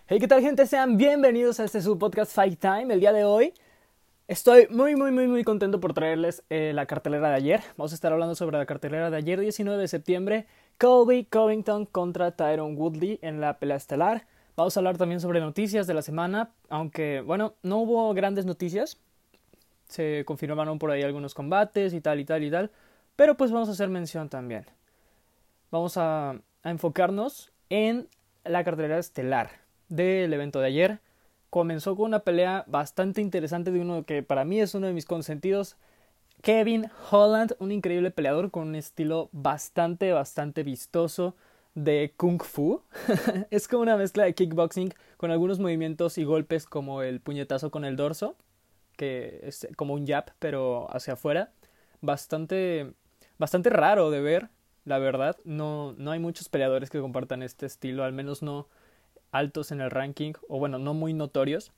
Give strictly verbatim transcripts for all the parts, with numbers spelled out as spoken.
Hey, ¿qué tal, gente? Sean bienvenidos a este su podcast Fight Time. El día de hoy estoy muy, muy, muy, muy contento por traerles eh, la cartelera de ayer. Vamos a estar hablando sobre la cartelera de ayer, diecinueve de septiembre. Colby Covington contra Tyron Woodley en la pelea estelar. Vamos a hablar también sobre noticias de la semana, aunque, bueno, no hubo grandes noticias. Se confirmaron por ahí algunos combates y tal y tal y tal. Pero pues vamos a hacer mención también. Vamos a, a enfocarnos en la cartelera estelar del evento de ayer. Comenzó con una pelea bastante interesante de uno que para mí es uno de mis consentidos, Kevin Holland, un increíble peleador con un estilo bastante, bastante vistoso de Kung Fu. Es como una mezcla de kickboxing con algunos movimientos y golpes como el puñetazo con el dorso, que es como un jab pero hacia afuera. Bastante, bastante raro de ver, la verdad. No, no hay muchos peleadores que compartan este estilo, al menos no altos en el ranking, o bueno, no muy notorios.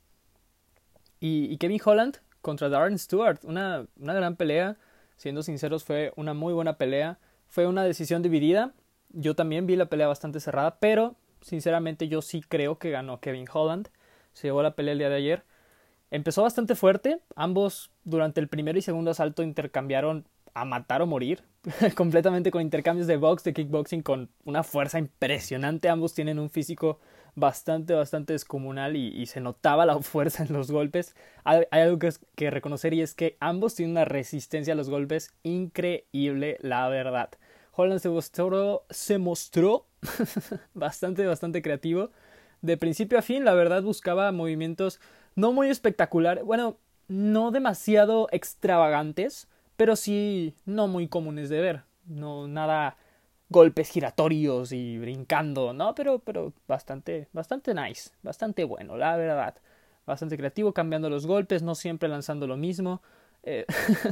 Y, y Kevin Holland contra Darren Stewart, una, una gran pelea, siendo sinceros fue una muy buena pelea, fue una decisión dividida, yo también vi la pelea bastante cerrada, pero sinceramente yo sí creo que ganó Kevin Holland, se llevó la pelea el día de ayer. Empezó bastante fuerte, ambos durante el primer y segundo asalto intercambiaron a matar o morir, completamente con intercambios de box, de kickboxing, con una fuerza impresionante. Ambos tienen un físico bastante, bastante descomunal y, y se notaba la fuerza en los golpes. Hay, hay algo que, es, que reconocer, y es que ambos tienen una resistencia a los golpes increíble, la verdad. Holland se mostró, se mostró bastante, bastante creativo. De principio a fin, la verdad, buscaba movimientos no muy espectaculares, bueno, no demasiado extravagantes, pero sí no muy comunes de ver. No, nada golpes giratorios y brincando, ¿no? Pero, pero bastante, bastante nice, bastante bueno, la verdad. Bastante creativo, cambiando los golpes, no siempre lanzando lo mismo. Eh,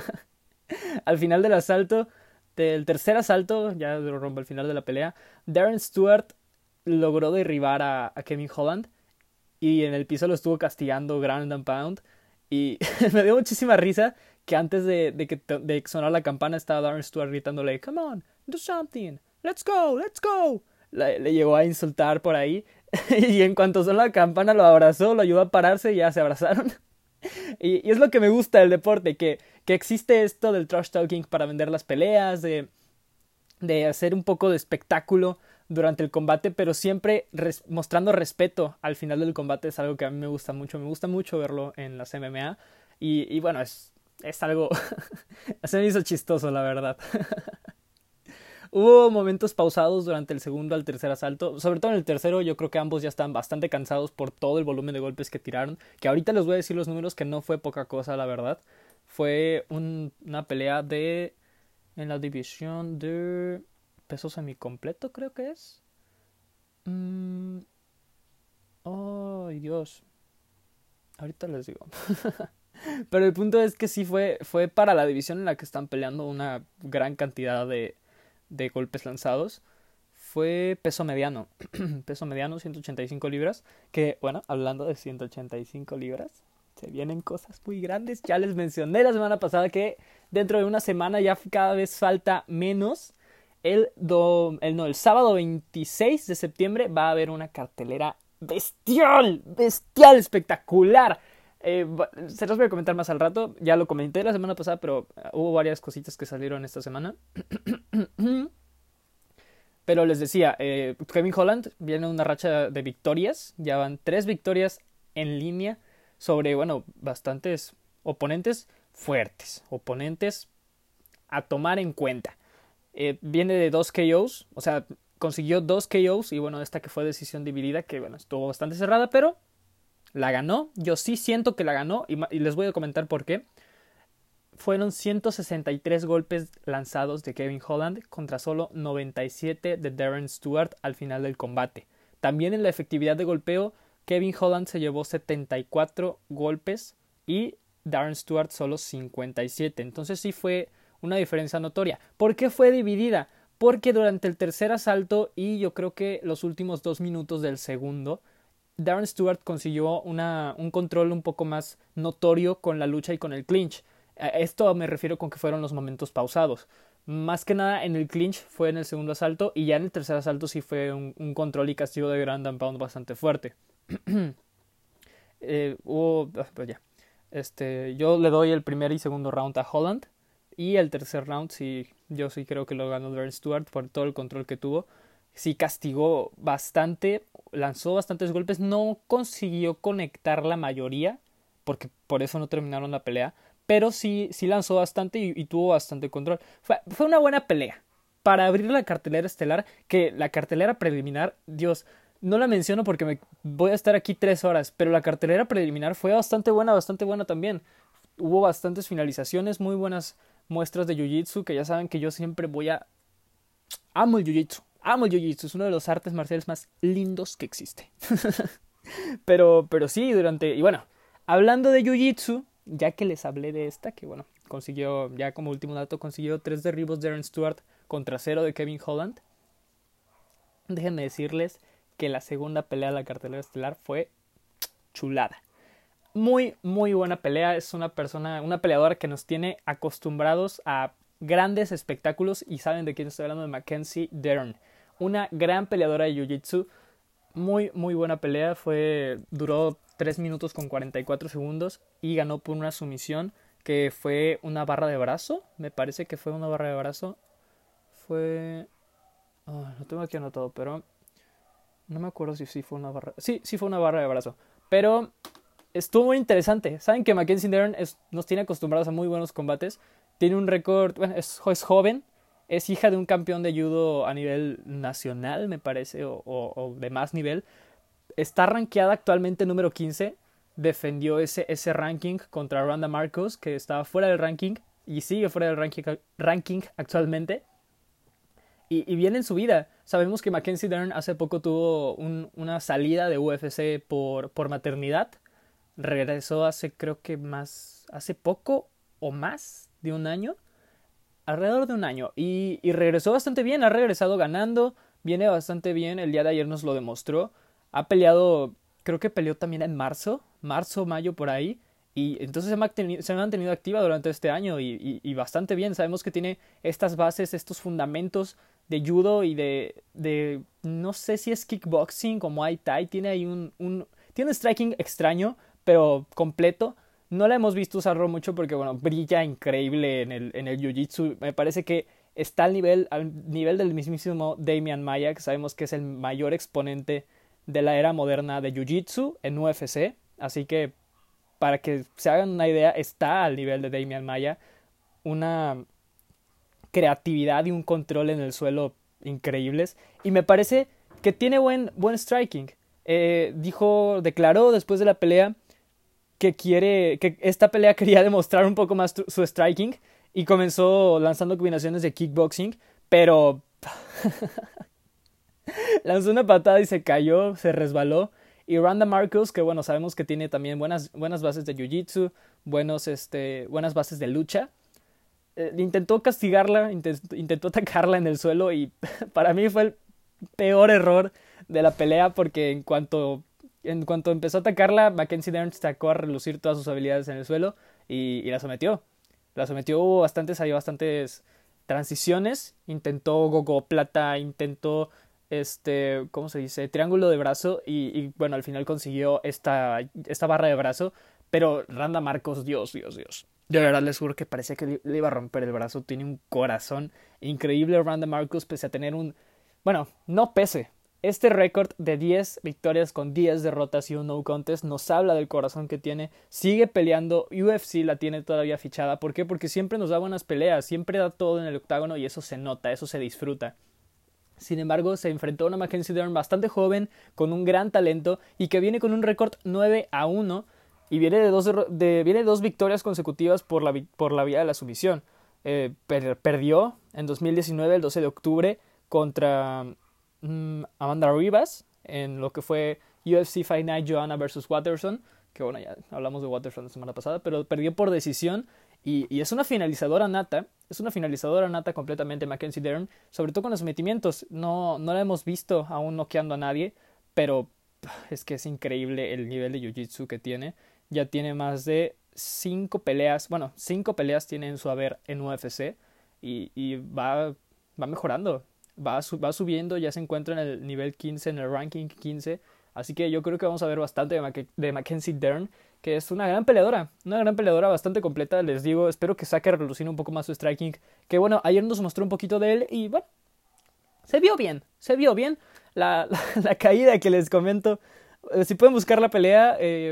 al final del asalto, del tercer asalto, ya lo rompo al final de la pelea, Darren Stewart logró derribar a, a Kevin Holland y en el piso lo estuvo castigando ground and pound. Y me dio muchísima risa que antes de, de que de sonar la campana estaba Darren Stewart gritándole, come on, do something, let's go, let's go. Le, le llegó a insultar por ahí y en cuanto sonó la campana lo abrazó, lo ayudó a pararse y ya se abrazaron. Y, y es lo que me gusta del deporte, que, que existe esto del trash talking para vender las peleas, de, de hacer un poco de espectáculo durante el combate, pero siempre res, mostrando respeto al final del combate. Es algo que a mí me gusta mucho, me gusta mucho verlo en las M M A y, y bueno, es, es algo se me hizo chistoso, la verdad. Hubo momentos pausados durante el segundo al tercer asalto, sobre todo en el tercero. Yo creo que ambos ya estaban bastante cansados por todo el volumen de golpes que tiraron, que ahorita les voy a decir los números, que no fue poca cosa, la verdad. Fue un, una pelea de en la división de peso semicompleto, creo que es. Mm, oh, Dios. Ahorita les digo. Pero el punto es que sí fue, fue para la división en la que están peleando una gran cantidad de, de golpes lanzados. Fue peso mediano. Peso mediano, ciento ochenta y cinco libras. Que, bueno, hablando de ciento ochenta y cinco libras, se vienen cosas muy grandes. Ya les mencioné la semana pasada que dentro de una semana ya cada vez falta menos. El, do, el, no, el sábado veintiséis de septiembre va a haber una cartelera bestial, bestial, espectacular. Eh, se los voy a comentar más al rato. Ya lo comenté la semana pasada, pero hubo varias cositas que salieron esta semana. Pero les decía, eh, Kevin Holland viene una racha de victorias. Ya van tres victorias en línea sobre, bueno, bastantes oponentes fuertes, oponentes a tomar en cuenta. Eh, viene de dos K Os, o sea, consiguió dos K Os y bueno, esta que fue decisión dividida, que bueno, estuvo bastante cerrada, pero la ganó. Yo sí siento que la ganó y, y les voy a comentar por qué. Fueron ciento sesenta y tres golpes lanzados de Kevin Holland contra solo noventa y siete de Darren Stewart al final del combate. También en la efectividad de golpeo, Kevin Holland se llevó setenta y cuatro golpes y Darren Stewart solo cincuenta y siete. Entonces sí fue una diferencia notoria. ¿Por qué fue dividida? Porque durante el tercer asalto y yo creo que los últimos dos minutos del segundo, Darren Stewart consiguió una, un control un poco más notorio con la lucha y con el clinch. Esto me refiero con que fueron los momentos pausados. Más que nada en el clinch fue en el segundo asalto y ya en el tercer asalto sí fue un, un control y castigo de ground and pound bastante fuerte. eh, hubo, pues ya, este, yo le doy el primer y segundo round a Holland. Y el tercer round, sí, yo sí creo que lo ganó Darren Stewart por todo el control que tuvo. Sí castigó bastante, lanzó bastantes golpes, no consiguió conectar la mayoría, porque por eso no terminaron la pelea, pero sí, sí lanzó bastante y, y tuvo bastante control. Fue, fue una buena pelea para abrir la cartelera estelar, que la cartelera preliminar, Dios, no la menciono porque me voy a estar aquí tres horas, pero la cartelera preliminar fue bastante buena, bastante buena también. Hubo bastantes finalizaciones, muy buenas muestras de Jiu-Jitsu, que ya saben que yo siempre voy a... Amo el Jiu-Jitsu, amo el Jiu-Jitsu, es uno de los artes marciales más lindos que existe. pero, pero sí, durante... Y bueno, hablando de Jiu-Jitsu, ya que les hablé de esta, que bueno, consiguió, ya como último dato, consiguió tres derribos de Darren Stewart contra cero de Kevin Holland. Déjenme decirles que la segunda pelea de la cartelera estelar fue chulada. Muy, muy buena pelea. Es una persona, una peleadora que nos tiene acostumbrados a grandes espectáculos. Y saben de quién estoy hablando, de Mackenzie Dern. Una gran peleadora de Jiu-Jitsu. Muy, muy buena pelea. Fue, duró tres minutos con cuarenta y cuatro segundos. Y ganó por una sumisión que fue una barra de brazo. Me parece que fue una barra de brazo. Fue... Oh, lo tengo aquí anotado, pero... No me acuerdo si sí fue una barra... Sí, sí fue una barra de brazo. Pero... estuvo muy interesante. Saben que Mackenzie Dern es, nos tiene acostumbrados a muy buenos combates. Tiene un récord, bueno, es, es joven. Es hija de un campeón de judo a nivel nacional, me parece, o, o, o de más nivel. Está rankeada actualmente número quince. Defendió ese, ese ranking contra Randa Marcos, que estaba fuera del ranking. Y sigue fuera del ranking, ranking actualmente. Y, y viene en su vida. Sabemos que Mackenzie Dern hace poco tuvo un, una salida de U F C por, por maternidad. Regresó hace creo que más, hace poco o más de un año, alrededor de un año, y, y regresó bastante bien, ha regresado ganando, viene bastante bien, el día de ayer nos lo demostró, ha peleado, creo que peleó también en marzo, marzo, mayo por ahí, y entonces se ha mantenido, se ha mantenido activa durante este año y, y, y bastante bien. Sabemos que tiene estas bases, estos fundamentos de judo y de, de no sé si es kickboxing o Muay Thai, tiene ahí un, un tiene un striking extraño, pero completo. No la hemos visto usarlo mucho porque, bueno, brilla increíble en el, en el Jiu-Jitsu. Me parece que está al nivel, al nivel del mismísimo Demian Maia, que sabemos que es el mayor exponente de la era moderna de Jiu-Jitsu en U F C. Así que, para que se hagan una idea, está al nivel de Demian Maia. Una creatividad y un control en el suelo increíbles. Y me parece que tiene buen, buen striking. Eh, dijo, declaró después de la pelea que quiere, que esta pelea quería demostrar un poco más su striking y comenzó lanzando combinaciones de kickboxing, pero lanzó una patada y se cayó, se resbaló. Y Randa Marcos, que bueno, sabemos que tiene también buenas, buenas bases de jiu-jitsu, buenos, este, buenas bases de lucha, eh, intentó castigarla, intentó, intentó atacarla en el suelo y para mí fue el peor error de la pelea porque en cuanto... En cuanto empezó a atacarla, Mackenzie Dern sacó a relucir todas sus habilidades en el suelo y, y la sometió. La sometió, hubo bastantes, hay bastantes transiciones. Intentó gogoplata, intentó, este, ¿cómo se dice? Triángulo de brazo y, y bueno, al final consiguió esta, esta barra de brazo. Pero Randa Marcos, Dios, Dios, Dios. De verdad les juro que parecía que le, le iba a romper el brazo. Tiene un corazón increíble Randa Marcos, pese a tener un... Bueno, no pese. Este récord de diez victorias con diez derrotas y un no contest nos habla del corazón que tiene. Sigue peleando. U F C la tiene todavía fichada. ¿Por qué? Porque siempre nos da buenas peleas. Siempre da todo en el octágono y eso se nota, eso se disfruta. Sin embargo, se enfrentó a una Mackenzie Dern bastante joven, con un gran talento y que viene con un récord nueve a uno y viene de dos, de, viene de dos victorias consecutivas por la, por la vía de la sumisión. Eh, per, perdió en dos mil diecinueve, el doce de octubre, contra... Amanda Ribas en lo que fue U F C Fight Night Joanna versus Watterson, que bueno, ya hablamos de Watterson la semana pasada, pero perdió por decisión y, y es una finalizadora nata, es una finalizadora nata completamente Mackenzie Dern, sobre todo con los sometimientos. No, no la hemos visto aún noqueando a nadie, pero es que es increíble el nivel de jiu-jitsu que tiene. Ya tiene más de cinco peleas, bueno, cinco peleas tiene en su haber en U F C y, y va, va mejorando. Va, va subiendo, ya se encuentra en el nivel quince, en el ranking quince. Así que yo creo que vamos a ver bastante de, Mac- de Mackenzie Dern, que es una gran peleadora, una gran peleadora bastante completa, les digo, espero que saque a relucir un poco más su striking, que bueno, ayer nos mostró un poquito de él y bueno, se vio bien, se vio bien, la, la, la caída que les comento, eh, si pueden buscar la pelea, eh,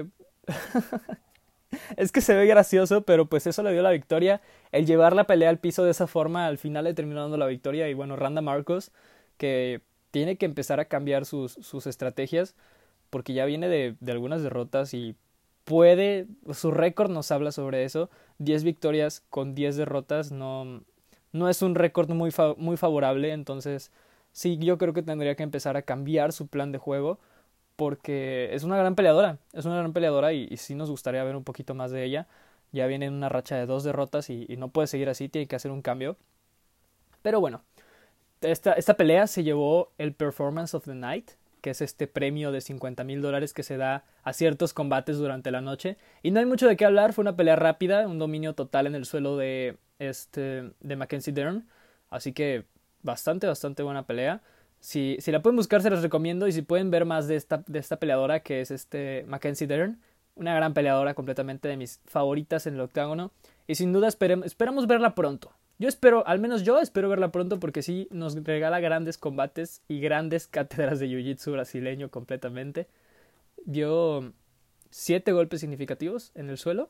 es que se ve gracioso, pero pues eso le dio la victoria. El llevar la pelea al piso de esa forma, al final le terminó dando la victoria. Y bueno, Randa Marcos, que tiene que empezar a cambiar sus, sus estrategias, porque ya viene de, de algunas derrotas y puede, su récord nos habla sobre eso. diez victorias con diez derrotas no, no es un récord muy, fa- muy favorable, entonces sí, yo creo que tendría que empezar a cambiar su plan de juego porque es una gran peleadora, es una gran peleadora y, y sí nos gustaría ver un poquito más de ella. Ya viene en una racha de dos derrotas y, y no puede seguir así, tiene que hacer un cambio. Pero bueno, esta, esta pelea se llevó el Performance of the Night, que es este premio de cincuenta mil dólares que se da a ciertos combates durante la noche. Y no hay mucho de qué hablar, fue una pelea rápida, un dominio total en el suelo de, este, de Mackenzie Dern. Así que bastante, bastante buena pelea. Si, si la pueden buscar se los recomiendo y si pueden ver más de esta, de esta peleadora que es este Mackenzie Dern, una gran peleadora completamente de mis favoritas en el octágono y sin duda esperem, esperamos verla pronto. Yo espero, al menos yo espero verla pronto porque sí nos regala grandes combates y grandes cátedras de jiu-jitsu brasileño completamente. Dio siete golpes significativos en el suelo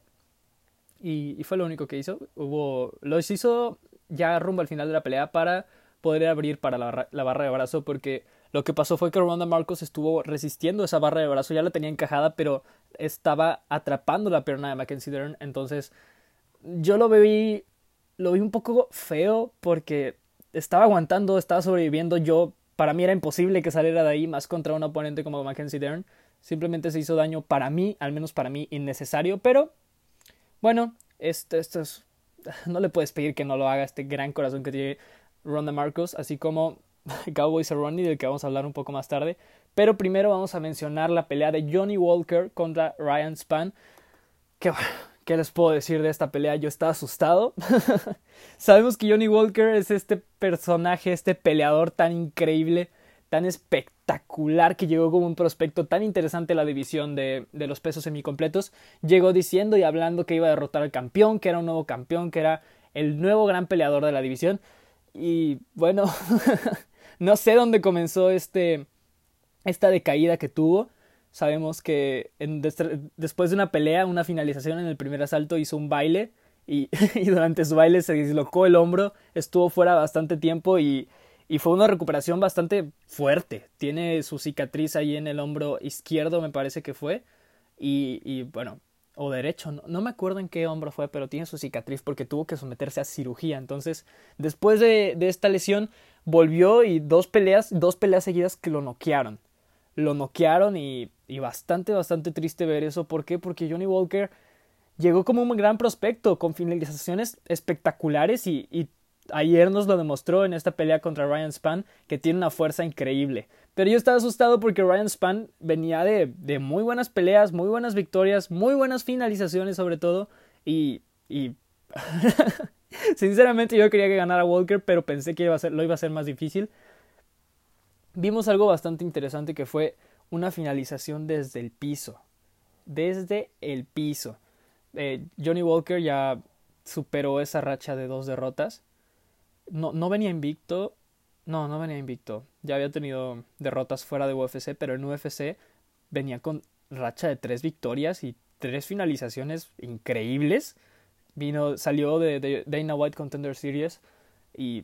y, y fue lo único que hizo. Hubo, los hizo ya rumbo al final de la pelea para poder abrir para la, la barra de brazo porque lo que pasó fue que Ronda Marcos estuvo resistiendo esa barra de brazo, ya la tenía encajada pero estaba atrapando la pierna de Mackenzie Dern, entonces yo lo vi lo vi un poco feo porque estaba aguantando, estaba sobreviviendo, yo para mí era imposible que saliera de ahí más contra un oponente como Mackenzie Dern, simplemente se hizo daño para mí, al menos para mí innecesario, pero bueno, esto, esto es, no le puedes pedir que no lo haga, este gran corazón que tiene Ronda Marcos, así como Cowboy Cerrone, del que vamos a hablar un poco más tarde. Pero primero vamos a mencionar la pelea de Johnny Walker contra Ryan Spann. Que, ¿Qué les puedo decir de esta pelea? Yo estaba asustado. Sabemos que Johnny Walker es este personaje, este peleador tan increíble, tan espectacular, que llegó como un prospecto tan interesante a la división de, de los pesos semicompletos. Llegó diciendo y hablando que iba a derrotar al campeón, que era un nuevo campeón, que era el nuevo gran peleador de la división. Y bueno, no sé dónde comenzó este, esta decaída que tuvo. Sabemos que en, des, después de una pelea, una finalización en el primer asalto, hizo un baile y, y durante su baile se dislocó el hombro, estuvo fuera bastante tiempo y, y fue una recuperación bastante fuerte. Tiene su cicatriz ahí en el hombro izquierdo, me parece que fue, y, y bueno, o derecho, no, no me acuerdo en qué hombro fue, pero tiene su cicatriz porque tuvo que someterse a cirugía. Entonces, después de, de esta lesión, volvió y dos peleas, dos peleas seguidas que lo noquearon. Lo noquearon y, y bastante, bastante triste ver eso. ¿Por qué? Porque Johnny Walker llegó como un gran prospecto, con finalizaciones espectaculares y, y ayer nos lo demostró en esta pelea contra Ryan Spann, que tiene una fuerza increíble. Pero yo estaba asustado porque Ryan Spann venía de, de muy buenas peleas, muy buenas victorias, muy buenas finalizaciones sobre todo. Y, y sinceramente yo quería que ganara Walker, pero pensé que iba a ser, lo iba a hacer más difícil. Vimos algo bastante interesante que fue una finalización desde el piso. Desde el piso. Eh, Johnny Walker ya superó esa racha de dos derrotas. No, no venía invicto. No, no venía invicto. Ya había tenido derrotas fuera de U F C, pero en U F C venía con racha de tres victorias y tres finalizaciones increíbles. Vino, salió de, de Dana White Contender Series y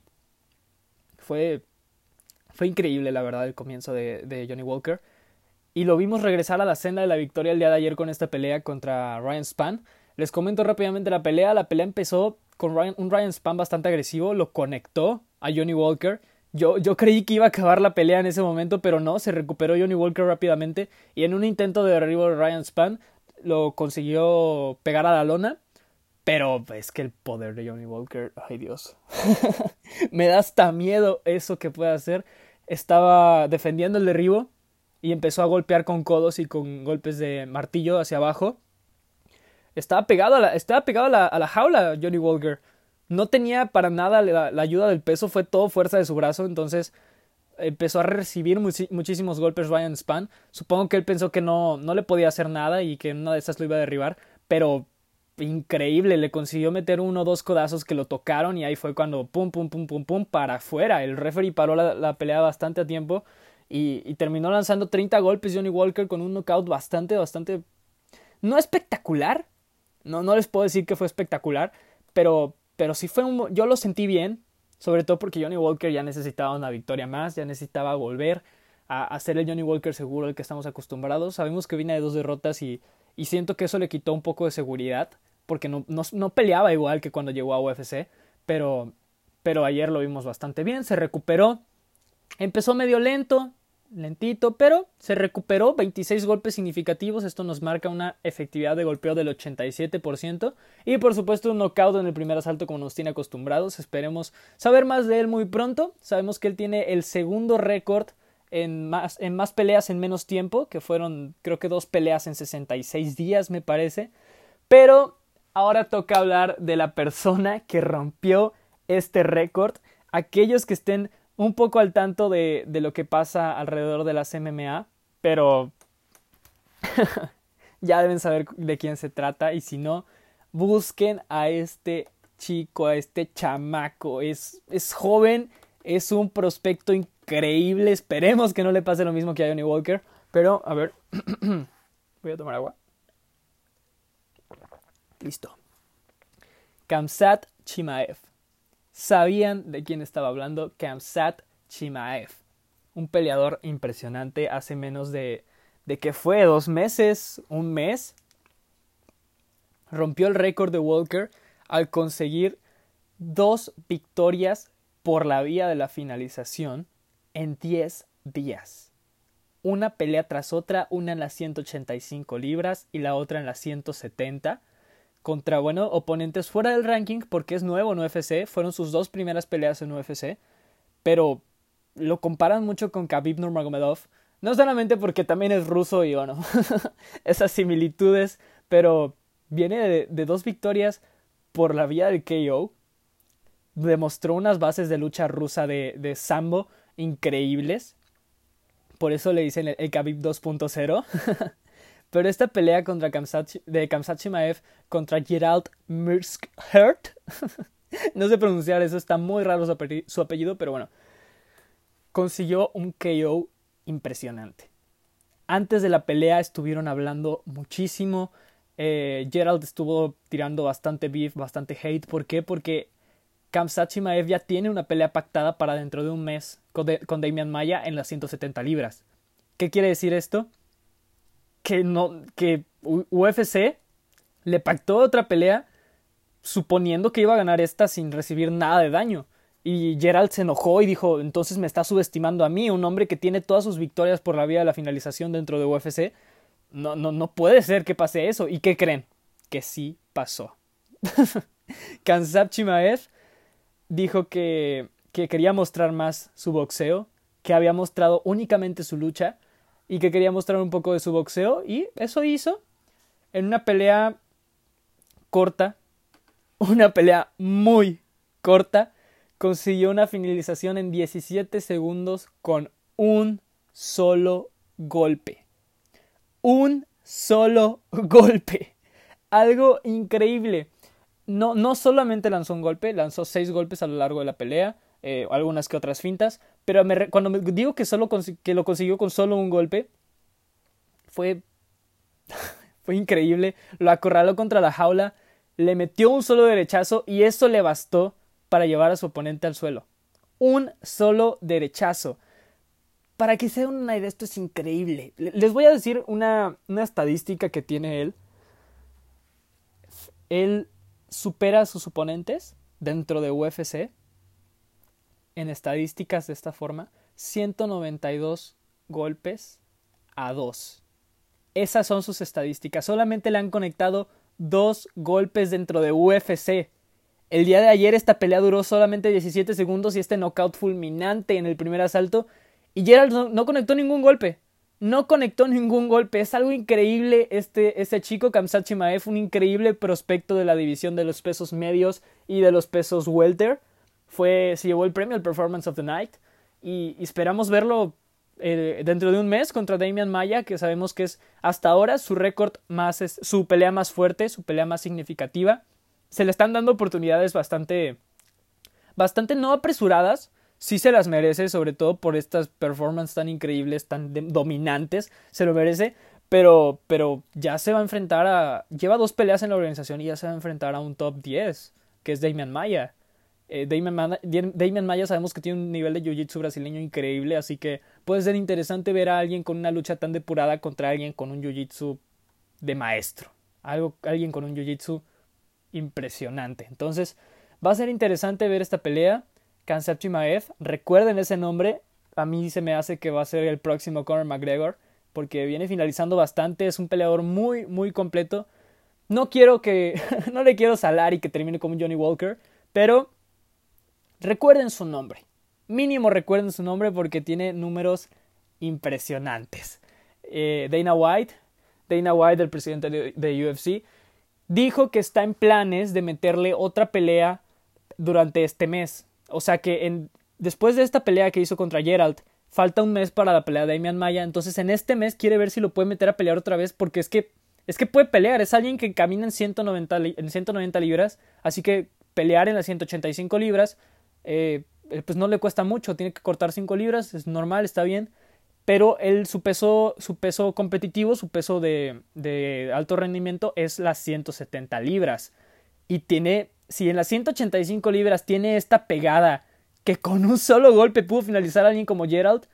fue, fue increíble, la verdad, el comienzo de, de Johnny Walker. Y lo vimos regresar a la senda de la victoria el día de ayer con esta pelea contra Ryan Spann. Les comento rápidamente la pelea. La pelea empezó con Ryan, un Ryan Spann bastante agresivo, lo conectó a Johnny Walker. Yo, yo creí que iba a acabar la pelea en ese momento, pero no, se recuperó Johnny Walker rápidamente y en un intento de derribo de Ryan Spann lo consiguió pegar a la lona, pero es que el poder de Johnny Walker, ay Dios, me da hasta miedo eso que puede hacer. Estaba defendiendo el derribo y empezó a golpear con codos y con golpes de martillo hacia abajo. Estaba pegado a la, estaba pegado a la, a la jaula Johnny Walker. No tenía para nada la, la ayuda del peso, fue todo fuerza de su brazo, entonces empezó a recibir muchi- muchísimos golpes Ryan Spann. Supongo que él pensó que no, no le podía hacer nada y que en una de esas lo iba a derribar, pero increíble, le consiguió meter uno o dos codazos que lo tocaron y ahí fue cuando pum, pum, pum, pum, pum, para afuera. El referee paró la, la pelea bastante a tiempo y, y terminó lanzando treinta golpes Johnny Walker con un knockout bastante, bastante... No espectacular, no, no les puedo decir que fue espectacular, pero, pero sí fue un... Yo lo sentí bien, sobre todo porque Johnny Walker ya necesitaba una victoria más, ya necesitaba volver a, a ser el Johnny Walker seguro al que estamos acostumbrados. Sabemos que viene de dos derrotas y, y siento que eso le quitó un poco de seguridad, porque no, no, no peleaba igual que cuando llegó a U F C, pero, pero ayer lo vimos bastante bien, se recuperó, empezó medio lento, lentito, pero se recuperó, veintiséis golpes significativos, esto nos marca una efectividad de golpeo del ochenta y siete por ciento y por supuesto un knockout en el primer asalto como nos tiene acostumbrados. Esperemos saber más de él muy pronto. Sabemos que él tiene el segundo récord en más, en más peleas en menos tiempo, que fueron creo que dos peleas en sesenta y seis días me parece, pero ahora toca hablar de la persona que rompió este récord. Aquellos que estén un poco al tanto de, de lo que pasa alrededor de las M M A, pero ya deben saber de quién se trata, y si no, busquen a este chico, a este chamaco. Es, es joven, es un prospecto increíble, esperemos que no le pase lo mismo que a Johnny Walker, pero a ver, voy a tomar agua. Listo. Khamzat Chimaev. ¿Sabían de quién estaba hablando? Khamzat Chimaev. Un peleador impresionante. Hace menos de... ¿De qué fue? ¿Dos meses? ¿Un mes? Rompió el récord de Walker al conseguir dos victorias por la vía de la finalización en diez días. Una pelea tras otra, una en las ciento ochenta y cinco libras y la otra en las ciento setenta. Contra, bueno, oponentes fuera del ranking, porque es nuevo en U F C, fueron sus dos primeras peleas en U F C, pero lo comparan mucho con Khabib Nurmagomedov, no solamente porque también es ruso y bueno, esas similitudes, pero viene de, de dos victorias por la vía del K O, demostró unas bases de lucha rusa de, de sambo increíbles, por eso le dicen el, el Khabib dos punto cero. Pero esta pelea contra Khamzat, de Khamzat Chimaev contra Gerald Meerschaert, no sé pronunciar eso, está muy raro su apellido, su apellido, pero bueno, consiguió un K O impresionante. Antes de la pelea estuvieron hablando muchísimo, eh, Gerald estuvo tirando bastante beef, bastante hate. ¿Por qué? Porque Khamzat Chimaev ya tiene una pelea pactada para dentro de un mes con, de, con Demian Maia en las ciento setenta libras. ¿Qué quiere decir esto? Que, no, que U F C le pactó otra pelea suponiendo que iba a ganar esta sin recibir nada de daño. Y Gerald se enojó y dijo, entonces me está subestimando a mí, un hombre que tiene todas sus victorias por la vía de la finalización dentro de U F C. No, no, no puede ser que pase eso. ¿Y qué creen? Que sí pasó. Khamzat Chimaev dijo que, que quería mostrar más su boxeo, que había mostrado únicamente su lucha y que quería mostrar un poco de su boxeo, y eso hizo en una pelea corta, una pelea muy corta, consiguió una finalización en diecisiete segundos con un solo golpe. Un solo golpe. Algo increíble. No, no solamente lanzó un golpe, lanzó seis golpes a lo largo de la pelea, eh, algunas que otras fintas, pero me, cuando me digo que, solo que lo consiguió con solo un golpe, fue, fue increíble. Lo acorraló contra la jaula, le metió un solo derechazo y eso le bastó para llevar a su oponente al suelo. Un solo derechazo. Para que se den una idea, esto es increíble. Les voy a decir una, una estadística que tiene él. Él supera a sus oponentes dentro de U F C en estadísticas de esta forma: ciento noventa y dos golpes a dos. Esas son sus estadísticas. Solamente le han conectado dos golpes dentro de U F C. El día de ayer esta pelea duró solamente diecisiete segundos y este knockout fulminante en el primer asalto, y Gerald no, no conectó ningún golpe. No conectó ningún golpe. Es algo increíble este, este chico, Khamzat Chimaev, un increíble prospecto de la división de los pesos medios y de los pesos welter. Fue, se llevó el premio al Performance of the Night. y, y esperamos verlo eh, dentro de un mes contra Demian Maia, que sabemos que es hasta ahora su récord más, es, su pelea más fuerte, su pelea más significativa. Se le están dando oportunidades bastante, bastante no apresuradas, sí se las merece, sobre todo por estas performances tan increíbles, tan de, dominantes, se lo merece, pero, pero ya se va a enfrentar a, lleva dos peleas en la organización y ya se va a enfrentar a un top diez, que es Demian Maia. Eh, Damian, Ma- Damian Maia sabemos que tiene un nivel de jiu-jitsu brasileño increíble, así que puede ser interesante ver a alguien con una lucha tan depurada contra alguien con un jiu-jitsu de maestro, algo, alguien con un jiu-jitsu impresionante. Entonces va a ser interesante ver esta pelea. Khamzat Chimaev, recuerden ese nombre, a mí se me hace que va a ser el próximo Conor McGregor, porque viene finalizando bastante, es un peleador muy muy completo. No quiero que no le quiero salar y que termine como un Johnny Walker, pero recuerden su nombre, mínimo recuerden su nombre porque tiene números impresionantes. Eh, Dana White, Dana White, el presidente de, de U F C, dijo que está en planes de meterle otra pelea durante este mes. O sea que en, después de esta pelea que hizo contra Gerald, falta un mes para la pelea de Demian Maia. Entonces en este mes quiere ver si lo puede meter a pelear otra vez, porque es que, es que puede pelear. Es alguien que camina en ciento noventa, en ciento noventa libras. Así que pelear en las ciento ochenta y cinco libras, eh, pues no le cuesta mucho. Tiene que cortar cinco libras, es normal, está bien. Pero él, su peso, su peso competitivo, su peso de, de alto rendimiento es las ciento setenta libras. Y tiene, si en las ciento ochenta y cinco libras tiene esta pegada que con un solo golpe pudo finalizar a alguien como Gerald,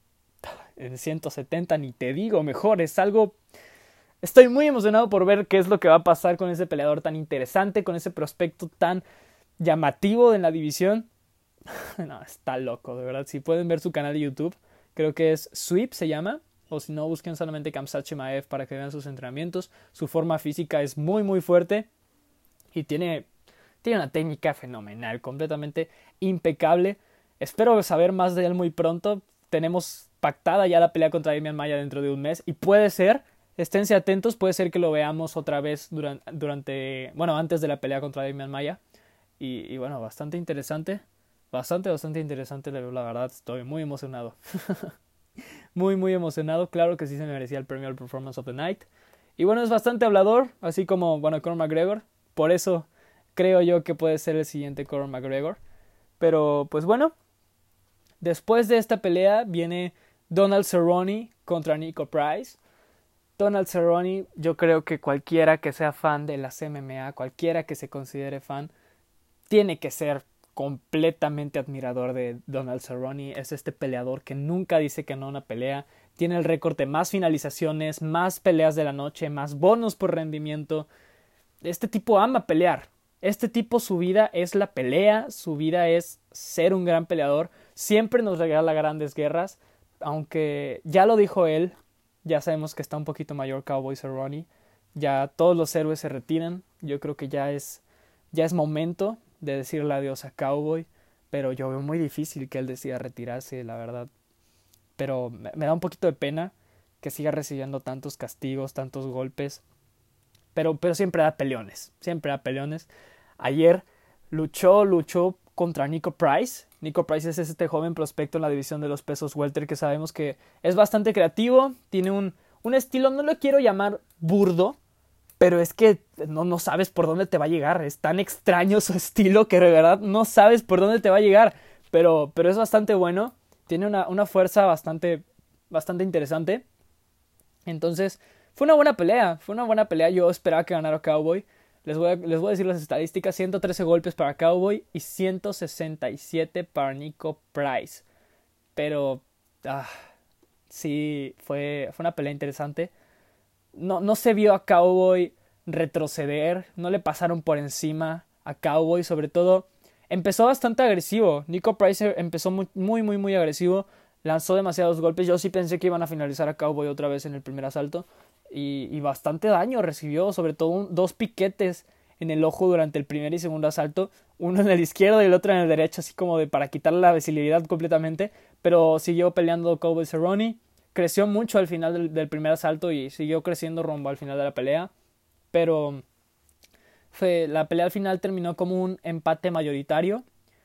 en ciento setenta ni te digo, mejor, es algo... Estoy muy emocionado por ver qué es lo que va a pasar con ese peleador tan interesante, con ese prospecto tan llamativo en la división. No, está loco, de verdad. Si pueden ver su canal de YouTube, creo que es Sweep, se llama. O si no, busquen solamente Khamzat Chimaev para que vean sus entrenamientos. Su forma física es muy, muy fuerte. Y tiene, tiene una técnica fenomenal, completamente impecable. Espero saber más de él muy pronto. Tenemos pactada ya la pelea contra Demian Maia dentro de un mes. Y puede ser, esténse atentos, puede ser que lo veamos otra vez durante, durante bueno, antes de la pelea contra Demian Maia. Y, y bueno, bastante interesante. Bastante, bastante interesante, la verdad. Estoy muy emocionado. Muy, muy emocionado. Claro que sí se merecía el premio al Performance of the Night. Y bueno, es bastante hablador, así como, bueno, Conor McGregor. Por eso creo yo que puede ser el siguiente Conor McGregor. Pero, pues bueno, después de esta pelea viene Donald Cerrone contra Nico Price. Donald Cerrone, yo creo que cualquiera que sea fan de las M M A, cualquiera que se considere fan, tiene que ser completamente admirador de Donald Cerrone. Es este peleador que nunca dice que no a una pelea. Tiene el récord de más finalizaciones, más peleas de la noche, más bonos por rendimiento. Este tipo ama pelear. Este tipo, su vida es la pelea, su vida es ser un gran peleador. Siempre nos regala grandes guerras, aunque ya lo dijo él, ya sabemos que está un poquito mayor Cowboy Cerrone. Ya todos los héroes se retiran. Yo creo que ya es, ya es momento de decirle adiós a Cowboy, pero yo veo muy difícil que él decida retirarse, la verdad. Pero me, me da un poquito de pena que siga recibiendo tantos castigos, tantos golpes. Pero, pero siempre da peleones, siempre da peleones. Ayer luchó, luchó contra Nico Price. Nico Price es este joven prospecto en la división de los pesos welter que sabemos que es bastante creativo. Tiene un, un estilo, no lo quiero llamar burdo, pero es que no, no sabes por dónde te va a llegar. Es tan extraño su estilo que de verdad no sabes por dónde te va a llegar. Pero, pero es bastante bueno. Tiene una, una fuerza bastante, bastante interesante. Entonces, fue una buena pelea. Fue una buena pelea. Yo esperaba que ganara Cowboy. Les voy a, les voy a decir las estadísticas. ciento trece golpes para Cowboy y ciento sesenta y siete para Nico Price. Pero, ah, sí, fue, fue una pelea interesante. No, no se vio a Cowboy retroceder, no le pasaron por encima a Cowboy, sobre todo empezó bastante agresivo. Nico Price empezó muy muy muy, muy agresivo, lanzó demasiados golpes. Yo sí pensé que iban a finalizar a Cowboy otra vez en el primer asalto y, y bastante daño recibió, sobre todo un, dos piquetes en el ojo durante el primer y segundo asalto, uno en el izquierdo y el otro en el derecho, así como de para quitarle la visibilidad completamente, pero siguió peleando Cowboy Cerrone. Creció mucho al final del, del primer asalto y siguió creciendo rumbo al final de la pelea. Pero fue, la pelea al final terminó como un empate mayoritario.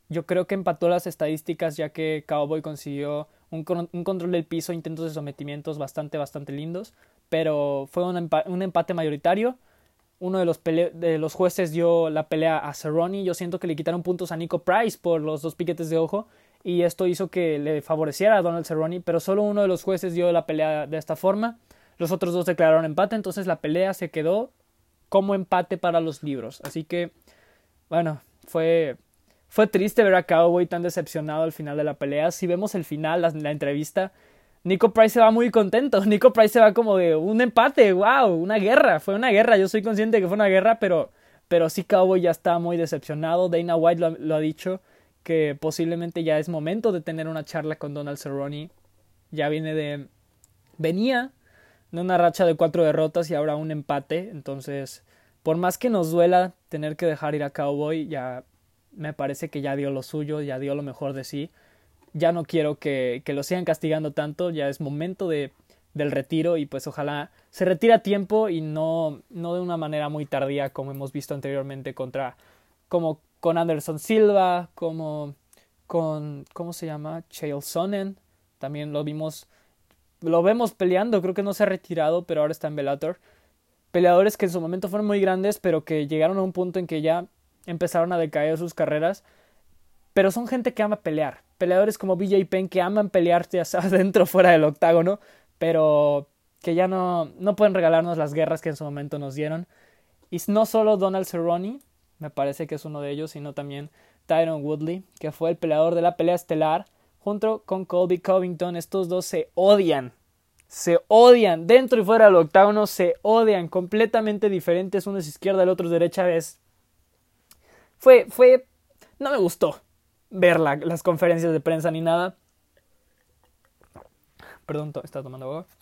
Yo creo que empató las estadísticas ya que Cowboy consiguió un, un control del piso, intentos de sometimientos bastante, bastante lindos, pero fue un, empa un empate mayoritario. Uno de los, de los jueces dio la pelea a Cerrone. Yo siento que le quitaron puntos a Nico Price por los dos piquetes de ojo y esto hizo que le favoreciera a Donald Cerrone, pero solo uno de los jueces dio la pelea de esta forma. Los otros dos declararon empate, entonces la pelea se quedó como empate para los libros. Así que, bueno, fue, fue triste ver a Cowboy tan decepcionado al final de la pelea. Si vemos el final, la, la entrevista, Nico Price se va muy contento. Nico Price se va como de un empate, wow, una guerra. Fue una guerra, yo soy consciente de que fue una guerra, pero, pero sí Cowboy ya está muy decepcionado. Dana White lo, lo ha dicho, que posiblemente ya es momento de tener una charla con Donald Cerrone. Ya viene de... venía de una racha de cuatro derrotas y ahora un empate. Entonces, por más que nos duela tener que dejar ir a Cowboy, ya me parece que ya dio lo suyo, ya dio lo mejor de sí. Ya no quiero que, que lo sigan castigando tanto, ya es momento de, del retiro y pues ojalá se retire a tiempo y no, no de una manera muy tardía como hemos visto anteriormente contra, como con Anderson Silva, como con, ¿cómo se llama? Chael Sonnen, también lo vimos, lo vemos peleando, creo que no se ha retirado, pero ahora está en Bellator. Peleadores que en su momento fueron muy grandes, pero que llegaron a un punto en que ya empezaron a decaer sus carreras, pero son gente que ama pelear. Peleadores como B J Penn que aman pelear ya sea dentro o fuera del octágono, pero que ya no, no pueden regalarnos las guerras que en su momento nos dieron. Y no solo Donald Cerrone, me parece que es uno de ellos, sino también Tyron Woodley, que fue el peleador de la pelea estelar, junto con Colby Covington. Estos dos se odian, se odian, dentro y fuera del octágono se odian, completamente diferentes, uno es izquierda, el otro es derecha. Es... Fue, fue, no me gustó ver la, las conferencias de prensa ni nada. Perdón, to- estaba tomando agua.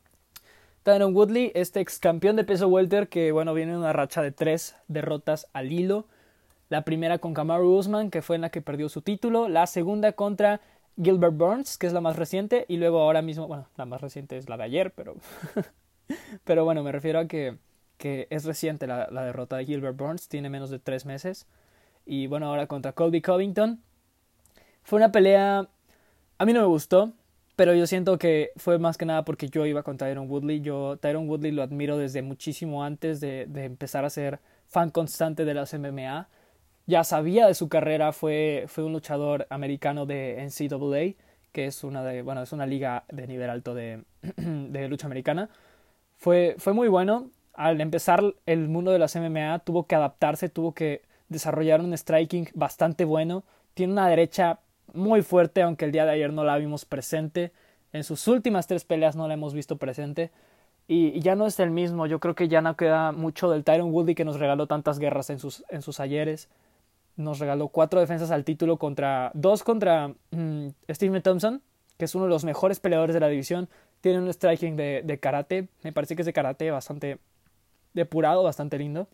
Tyron Woodley, este ex campeón de peso welter que bueno viene en una racha de tres derrotas al hilo. La primera con Kamaru Usman, que fue en la que perdió su título. La segunda contra Gilbert Burns, que es la más reciente. Y luego ahora mismo, bueno, la más reciente es la de ayer, pero pero bueno, me refiero a que, que es reciente la, la derrota de Gilbert Burns, tiene menos de tres meses. Y bueno, ahora contra Colby Covington. Fue una pelea, a mí no me gustó, pero yo siento que fue más que nada porque yo iba con Tyron Woodley. Yo Tyron Woodley lo admiro desde muchísimo antes de, de empezar a ser fan constante de las M M A. Ya sabía de su carrera, fue, fue un luchador americano de N C A A, que es una, de, bueno, es una liga de nivel alto de, de lucha americana. Fue, fue muy bueno. Al empezar el mundo de las M M A tuvo que adaptarse, tuvo que desarrollar un striking bastante bueno. Tiene una derecha muy fuerte, aunque el día de ayer no la vimos presente. En sus últimas tres peleas no la hemos visto presente. Y, y ya no es el mismo. Yo creo que ya no queda mucho del Tyron Woodley que nos regaló tantas guerras en sus, en sus ayeres. Nos regaló cuatro defensas al título contra... Dos contra mmm, Stephen Thompson, que es uno de los mejores peleadores de la división. Tiene un striking de, de karate. Me parece que es de karate bastante depurado, bastante lindo.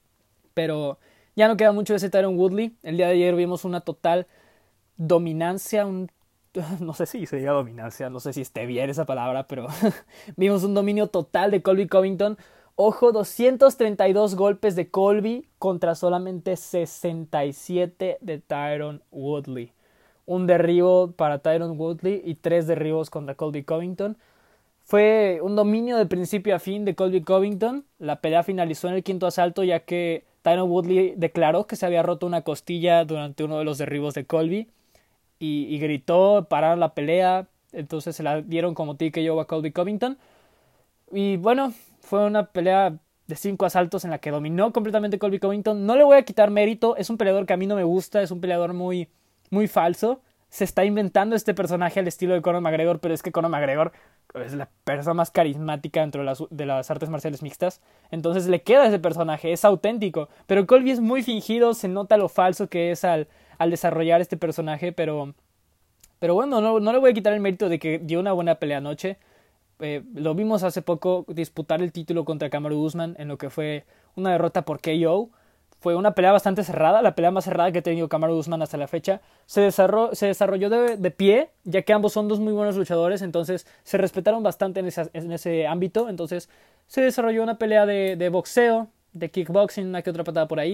Pero ya no queda mucho de ese Tyron Woodley. El día de ayer vimos una total dominancia, un, no sé si se diga dominancia, no sé si esté bien esa palabra, pero vimos un dominio total de Colby Covington. Ojo, doscientos treinta y dos golpes de Colby contra solamente sesenta y siete de Tyron Woodley. Un derribo para Tyron Woodley y tres derribos contra Colby Covington. Fue un dominio de principio a fin de Colby Covington. La pelea finalizó en el quinto asalto ya que Tyron Woodley declaró que se había roto una costilla durante uno de los derribos de Colby. Y, y gritó parar la pelea, entonces se la dieron como T K O a Colby Covington. Y bueno, fue una pelea de cinco asaltos en la que dominó completamente Colby Covington. No le voy a quitar mérito, es un peleador que a mí no me gusta, es un peleador muy, muy falso. Se está inventando este personaje al estilo de Conor McGregor, pero es que Conor McGregor es la persona más carismática dentro de las, de las artes marciales mixtas. Entonces le queda ese personaje, es auténtico. Pero Colby es muy fingido, se nota lo falso que es al... al desarrollar este personaje, pero pero bueno, no, no le voy a quitar el mérito de que dio una buena pelea anoche. Eh, lo vimos hace poco disputar el título contra Kamaru Usman en lo que fue una derrota por K O. Fue una pelea bastante cerrada, la pelea más cerrada que ha tenido Kamaru Usman hasta la fecha. Se desarrolló, se desarrolló de, de pie, ya que ambos son dos muy buenos luchadores, entonces se respetaron bastante en ese, en ese ámbito. Entonces se desarrolló una pelea de, de boxeo, de kickboxing, una que otra patada por ahí.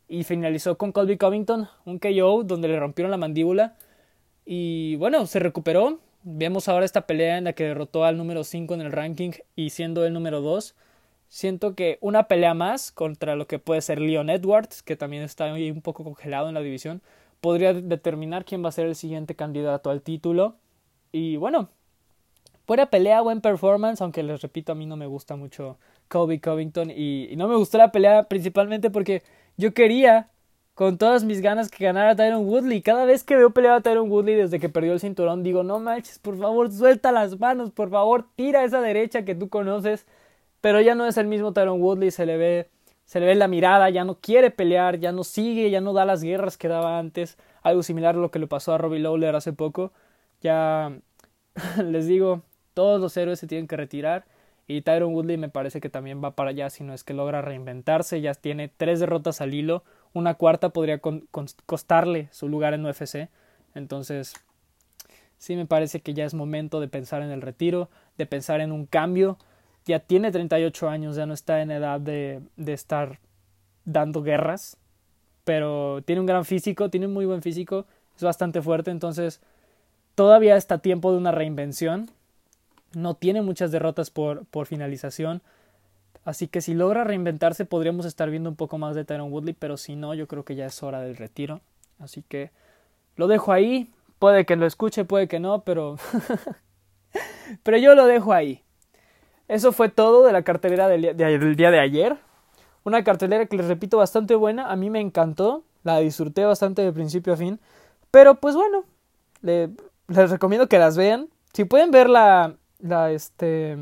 y finalizó con Colby Covington, un K O donde le rompieron la mandíbula y bueno, se recuperó. Vemos ahora esta pelea en la que derrotó al número cinco en el ranking y siendo el número dos. Siento que una pelea más contra lo que puede ser Leon Edwards, que también está ahí un poco congelado en la división, podría determinar quién va a ser el siguiente candidato al título. Y bueno, buena pelea, buen performance, aunque les repito, a mí no me gusta mucho Colby Covington y, y no me gustó la pelea principalmente porque yo quería con todas mis ganas que ganara Tyron Woodley. Cada vez que veo pelear a Tyron Woodley desde que perdió el cinturón, digo, no manches, por favor, suelta las manos, por favor, tira esa derecha que tú conoces. Pero ya no es el mismo Tyron Woodley, se le ve, se le ve la mirada, ya no quiere pelear, ya no sigue, ya no da las guerras que daba antes. Algo similar a lo que le pasó a Robbie Lawler hace poco. Ya les digo, todos los héroes se tienen que retirar. Y Tyron Woodley me parece que también va para allá, si no es que logra reinventarse. Ya tiene tres derrotas al hilo. Una cuarta podría con, con, costarle su lugar en U F C. Entonces, sí me parece que ya es momento de pensar en el retiro, de pensar en un cambio. Ya tiene treinta y ocho años, ya no está en edad de, de estar dando guerras. Pero tiene un gran físico, tiene un muy buen físico. Es bastante fuerte, entonces todavía está a tiempo de una reinvención. No tiene muchas derrotas por, por finalización. Así que si logra reinventarse podríamos estar viendo un poco más de Tyron Woodley. Pero si no, yo creo que ya es hora del retiro. Así que lo dejo ahí. Puede que lo escuche, puede que no, pero... pero yo lo dejo ahí. Eso fue todo de la cartelera del, del día de ayer. Una cartelera que les repito bastante buena. A mí me encantó. La disfruté bastante de principio a fin. Pero pues bueno. Le, les recomiendo que las vean. Si pueden ver la... la este...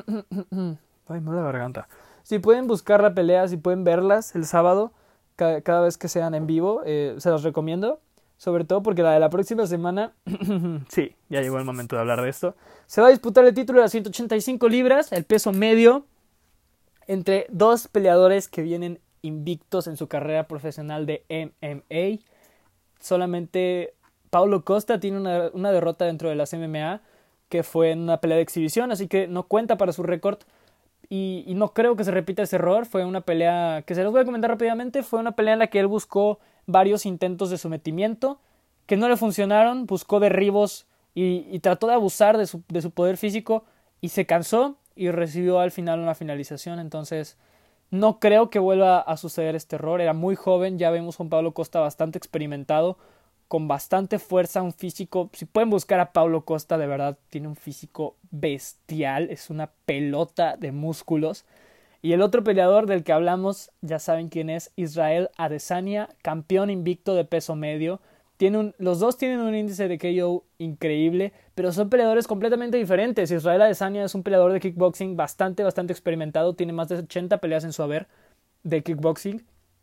Ay, me da la garganta. Si pueden buscar la pelea, si pueden verlas el sábado. Cada, cada vez que sean en vivo. Eh, se las recomiendo. Sobre todo porque la de la próxima semana... sí, ya llegó el momento de hablar de esto. Se va a disputar el título de las ciento ochenta y cinco libras, el peso medio, entre dos peleadores que vienen invictos en su carrera profesional de M M A. Solamente Paulo Costa tiene una, una derrota dentro de las M M A, que fue en una pelea de exhibición, así que no cuenta para su récord. Y, y no creo que se repita ese error. Fue una pelea que se los voy a comentar rápidamente. Fue una pelea en la que él buscó varios intentos de sometimiento que no le funcionaron. Buscó derribos y, y trató de abusar de su, de su poder físico y se cansó y recibió al final una finalización. Entonces no creo que vuelva a suceder este error. Era muy joven. Ya vemos a un Paulo Costa bastante experimentado, con bastante fuerza, un físico. Si pueden buscar a Paulo Costa, de verdad tiene un físico bestial, es una pelota de músculos. Y el otro peleador del que hablamos, ya saben quién es, Israel Adesanya, campeón invicto de peso medio. Tiene un, los dos tienen un índice de K O increíble, pero son peleadores completamente diferentes. Israel Adesanya es un peleador de kickboxing bastante, bastante experimentado, tiene más de ochenta peleas en su haber de kickboxing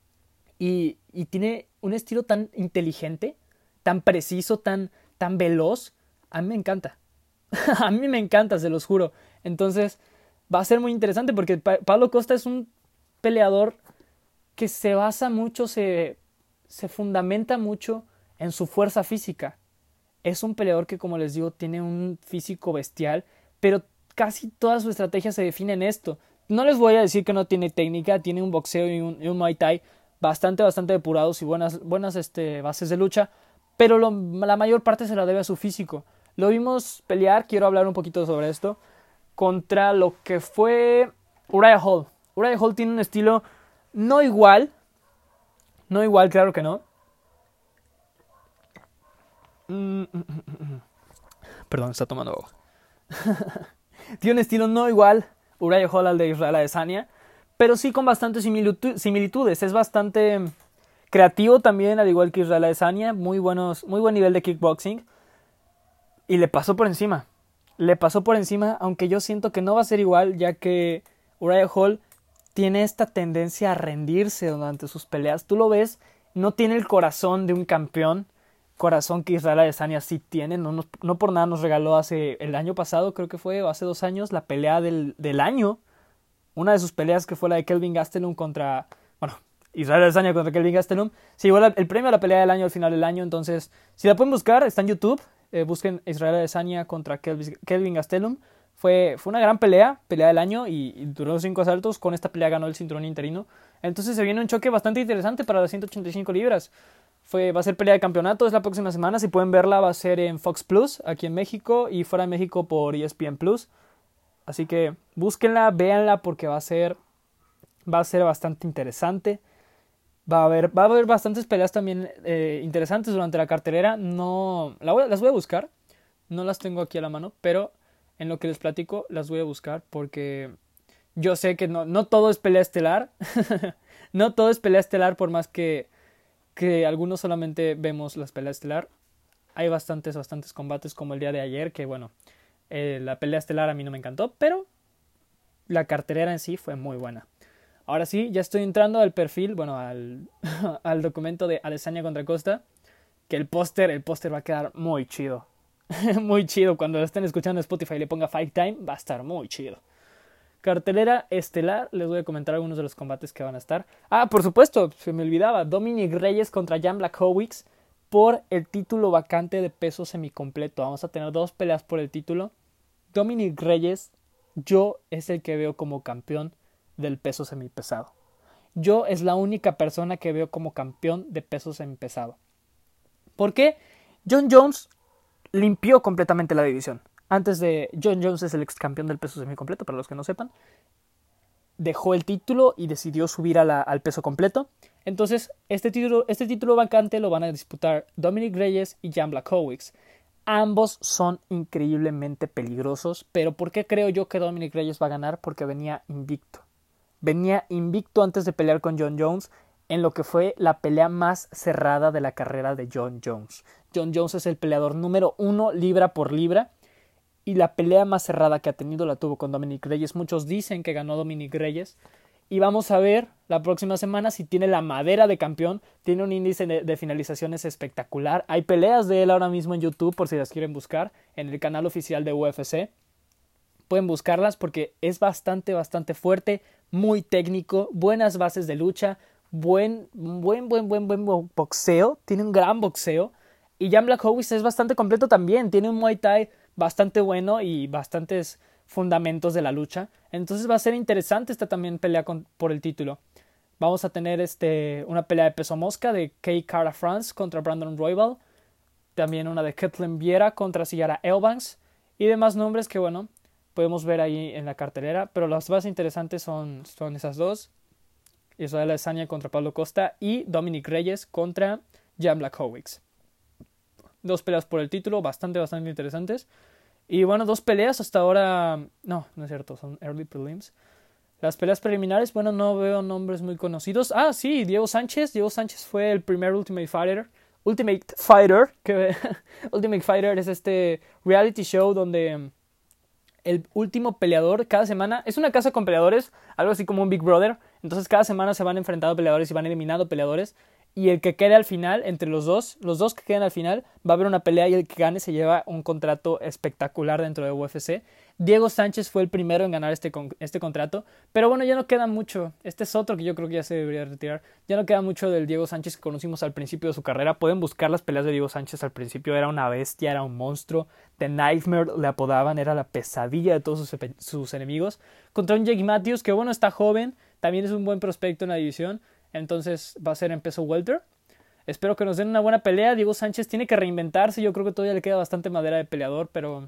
y, y tiene un estilo tan inteligente, tan preciso, tan, tan veloz. A mí me encanta. A mí me encanta, se los juro. Entonces va a ser muy interesante porque pa- Paulo Costa es un peleador que se basa mucho, se, se fundamenta mucho en su fuerza física. Es un peleador que, como les digo, tiene un físico bestial, pero casi toda su estrategia se define en esto. No les voy a decir que no tiene técnica, tiene un boxeo y un, y un Muay Thai bastante, bastante depurados y buenas, buenas este, bases de lucha, pero lo, la mayor parte se la debe a su físico. Lo vimos pelear, quiero hablar un poquito sobre esto, contra lo que fue Uriah Hall. Uriah Hall tiene un estilo no igual, no igual, claro que no. Perdón, está tomando agua. Tiene un estilo no igual Uriah Hall al de Israel Adesanya, pero sí con bastantes similitud- similitudes. Es bastante creativo también, al igual que Israel Adesanya. Muy, buenos, muy buen nivel de kickboxing. Y le pasó por encima. Le pasó por encima, aunque yo siento que no va a ser igual, ya que Uriah Hall tiene esta tendencia a rendirse durante sus peleas. Tú lo ves, no tiene el corazón de un campeón. Corazón que Israel Adesanya sí tiene. No, no, no por nada nos regaló hace el año pasado, creo que fue, o hace dos años, la pelea del, del año. Una de sus peleas que fue la de Kelvin Gastelum contra... Bueno, Israel Adesanya contra Kelvin Gastelum. Se llevó el premio a la pelea del año al final del año. Entonces, si la pueden buscar, está en YouTube. Eh, busquen Israel Adesanya contra Kelvin, Kelvin Gastelum. Fue, fue una gran pelea, pelea del año y, y duró cinco asaltos. Con esta pelea ganó el cinturón interino. Entonces se viene un choque bastante interesante para las ciento ochenta y cinco libras. Fue, va a ser pelea de campeonato, es la próxima semana. Si pueden verla, va a ser en Fox Plus, aquí en México, y fuera de México por E S P N Plus. Así que búsquenla, véanla, porque va a ser, va a ser bastante interesante. Va a haber, va a haber bastantes peleas también eh, interesantes durante la cartelera. No, la voy, las voy a buscar. No las tengo aquí a la mano, pero en lo que les platico las voy a buscar porque yo sé que no, no todo es pelea estelar. No todo es pelea estelar, por más que, que algunos solamente vemos las peleas estelar. Hay bastantes, bastantes combates como el día de ayer, que bueno, eh, la pelea estelar a mí no me encantó, pero la cartelera en sí fue muy buena. Ahora sí, ya estoy entrando al perfil, bueno, al, al documento de Adesanya contra Costa, que el póster, el póster va a quedar muy chido. Muy chido, cuando lo estén escuchando en Spotify y le ponga Fight Time, va a estar muy chido. Cartelera estelar, les voy a comentar algunos de los combates que van a estar. Ah, por supuesto, se me olvidaba, Dominic Reyes contra Jan Blachowicz por el título vacante de peso semicompleto. Vamos a tener dos peleas por el título. Dominic Reyes, yo es el que veo como campeón del peso semipesado. Yo es la única persona que veo como campeón de peso semipesado. ¿Por qué? Jon Jones limpió completamente la división. Antes de... Jon Jones es el ex campeón del peso semicompleto, para los que no sepan. Dejó el título y decidió subir a la, al peso completo. Entonces, este título, este título vacante lo van a disputar Dominic Reyes y Jan Blachowicz. Ambos son increíblemente peligrosos, pero ¿por qué creo yo que Dominic Reyes va a ganar? Porque venía invicto. Venía invicto antes de pelear con Jon Jones en lo que fue la pelea más cerrada de la carrera de Jon Jones. Jon Jones es el peleador número uno libra por libra y la pelea más cerrada que ha tenido la tuvo con Dominic Reyes. Muchos dicen que ganó Dominic Reyes y vamos a ver la próxima semana si tiene la madera de campeón. Tiene un índice de, de finalizaciones espectacular. Hay peleas de él ahora mismo en YouTube por si las quieren buscar en el canal oficial de U F C. Pueden buscarlas porque es bastante, bastante fuerte, muy técnico, buenas bases de lucha, buen, buen, buen, buen, buen boxeo, tiene un gran boxeo. Y Jan Blachowicz es bastante completo también, tiene un Muay Thai bastante bueno y bastantes fundamentos de la lucha. Entonces va a ser interesante esta también pelea con, por el título. Vamos a tener este, una pelea de peso mosca de Kay Kara France contra Brandon Royval. También una de Ketlen Vieira contra Ciara Eubanks. Y demás nombres que, bueno, podemos ver ahí en la cartelera. Pero las más interesantes son, son esas dos. Israel Adesanya contra Pablo Costa y Dominic Reyes contra Jan Blachowicz. Dos peleas por el título, bastante, bastante interesantes. Y bueno, dos peleas hasta ahora... No, no es cierto, son early prelims. Las peleas preliminares, bueno, no veo nombres muy conocidos. Ah, sí, Diego Sánchez. Diego Sánchez fue el primer Ultimate Fighter. Ultimate Fighter. Que Ultimate Fighter es este reality show donde el último peleador cada semana... Es una casa con peleadores, algo así como un Big Brother. Entonces cada semana se van enfrentando peleadores y van eliminando peleadores. Y el que quede al final, entre los dos, los dos que queden al final, va a haber una pelea y el que gane se lleva un contrato espectacular dentro de U F C. Diego Sánchez fue el primero en ganar este, este contrato, pero bueno, ya no queda mucho. Este es otro que yo creo que ya se debería retirar. Ya no queda mucho del Diego Sánchez que conocimos al principio de su carrera. Pueden buscar las peleas de Diego Sánchez al principio, era una bestia, era un monstruo. The Nightmare le apodaban, era la pesadilla de todos sus, sus enemigos. Contra un Jake Matthews que bueno, está joven, también es un buen prospecto en la división. Entonces va a ser en peso welter. Espero que nos den una buena pelea. Diego Sánchez tiene que reinventarse. Yo creo que todavía le queda bastante madera de peleador, pero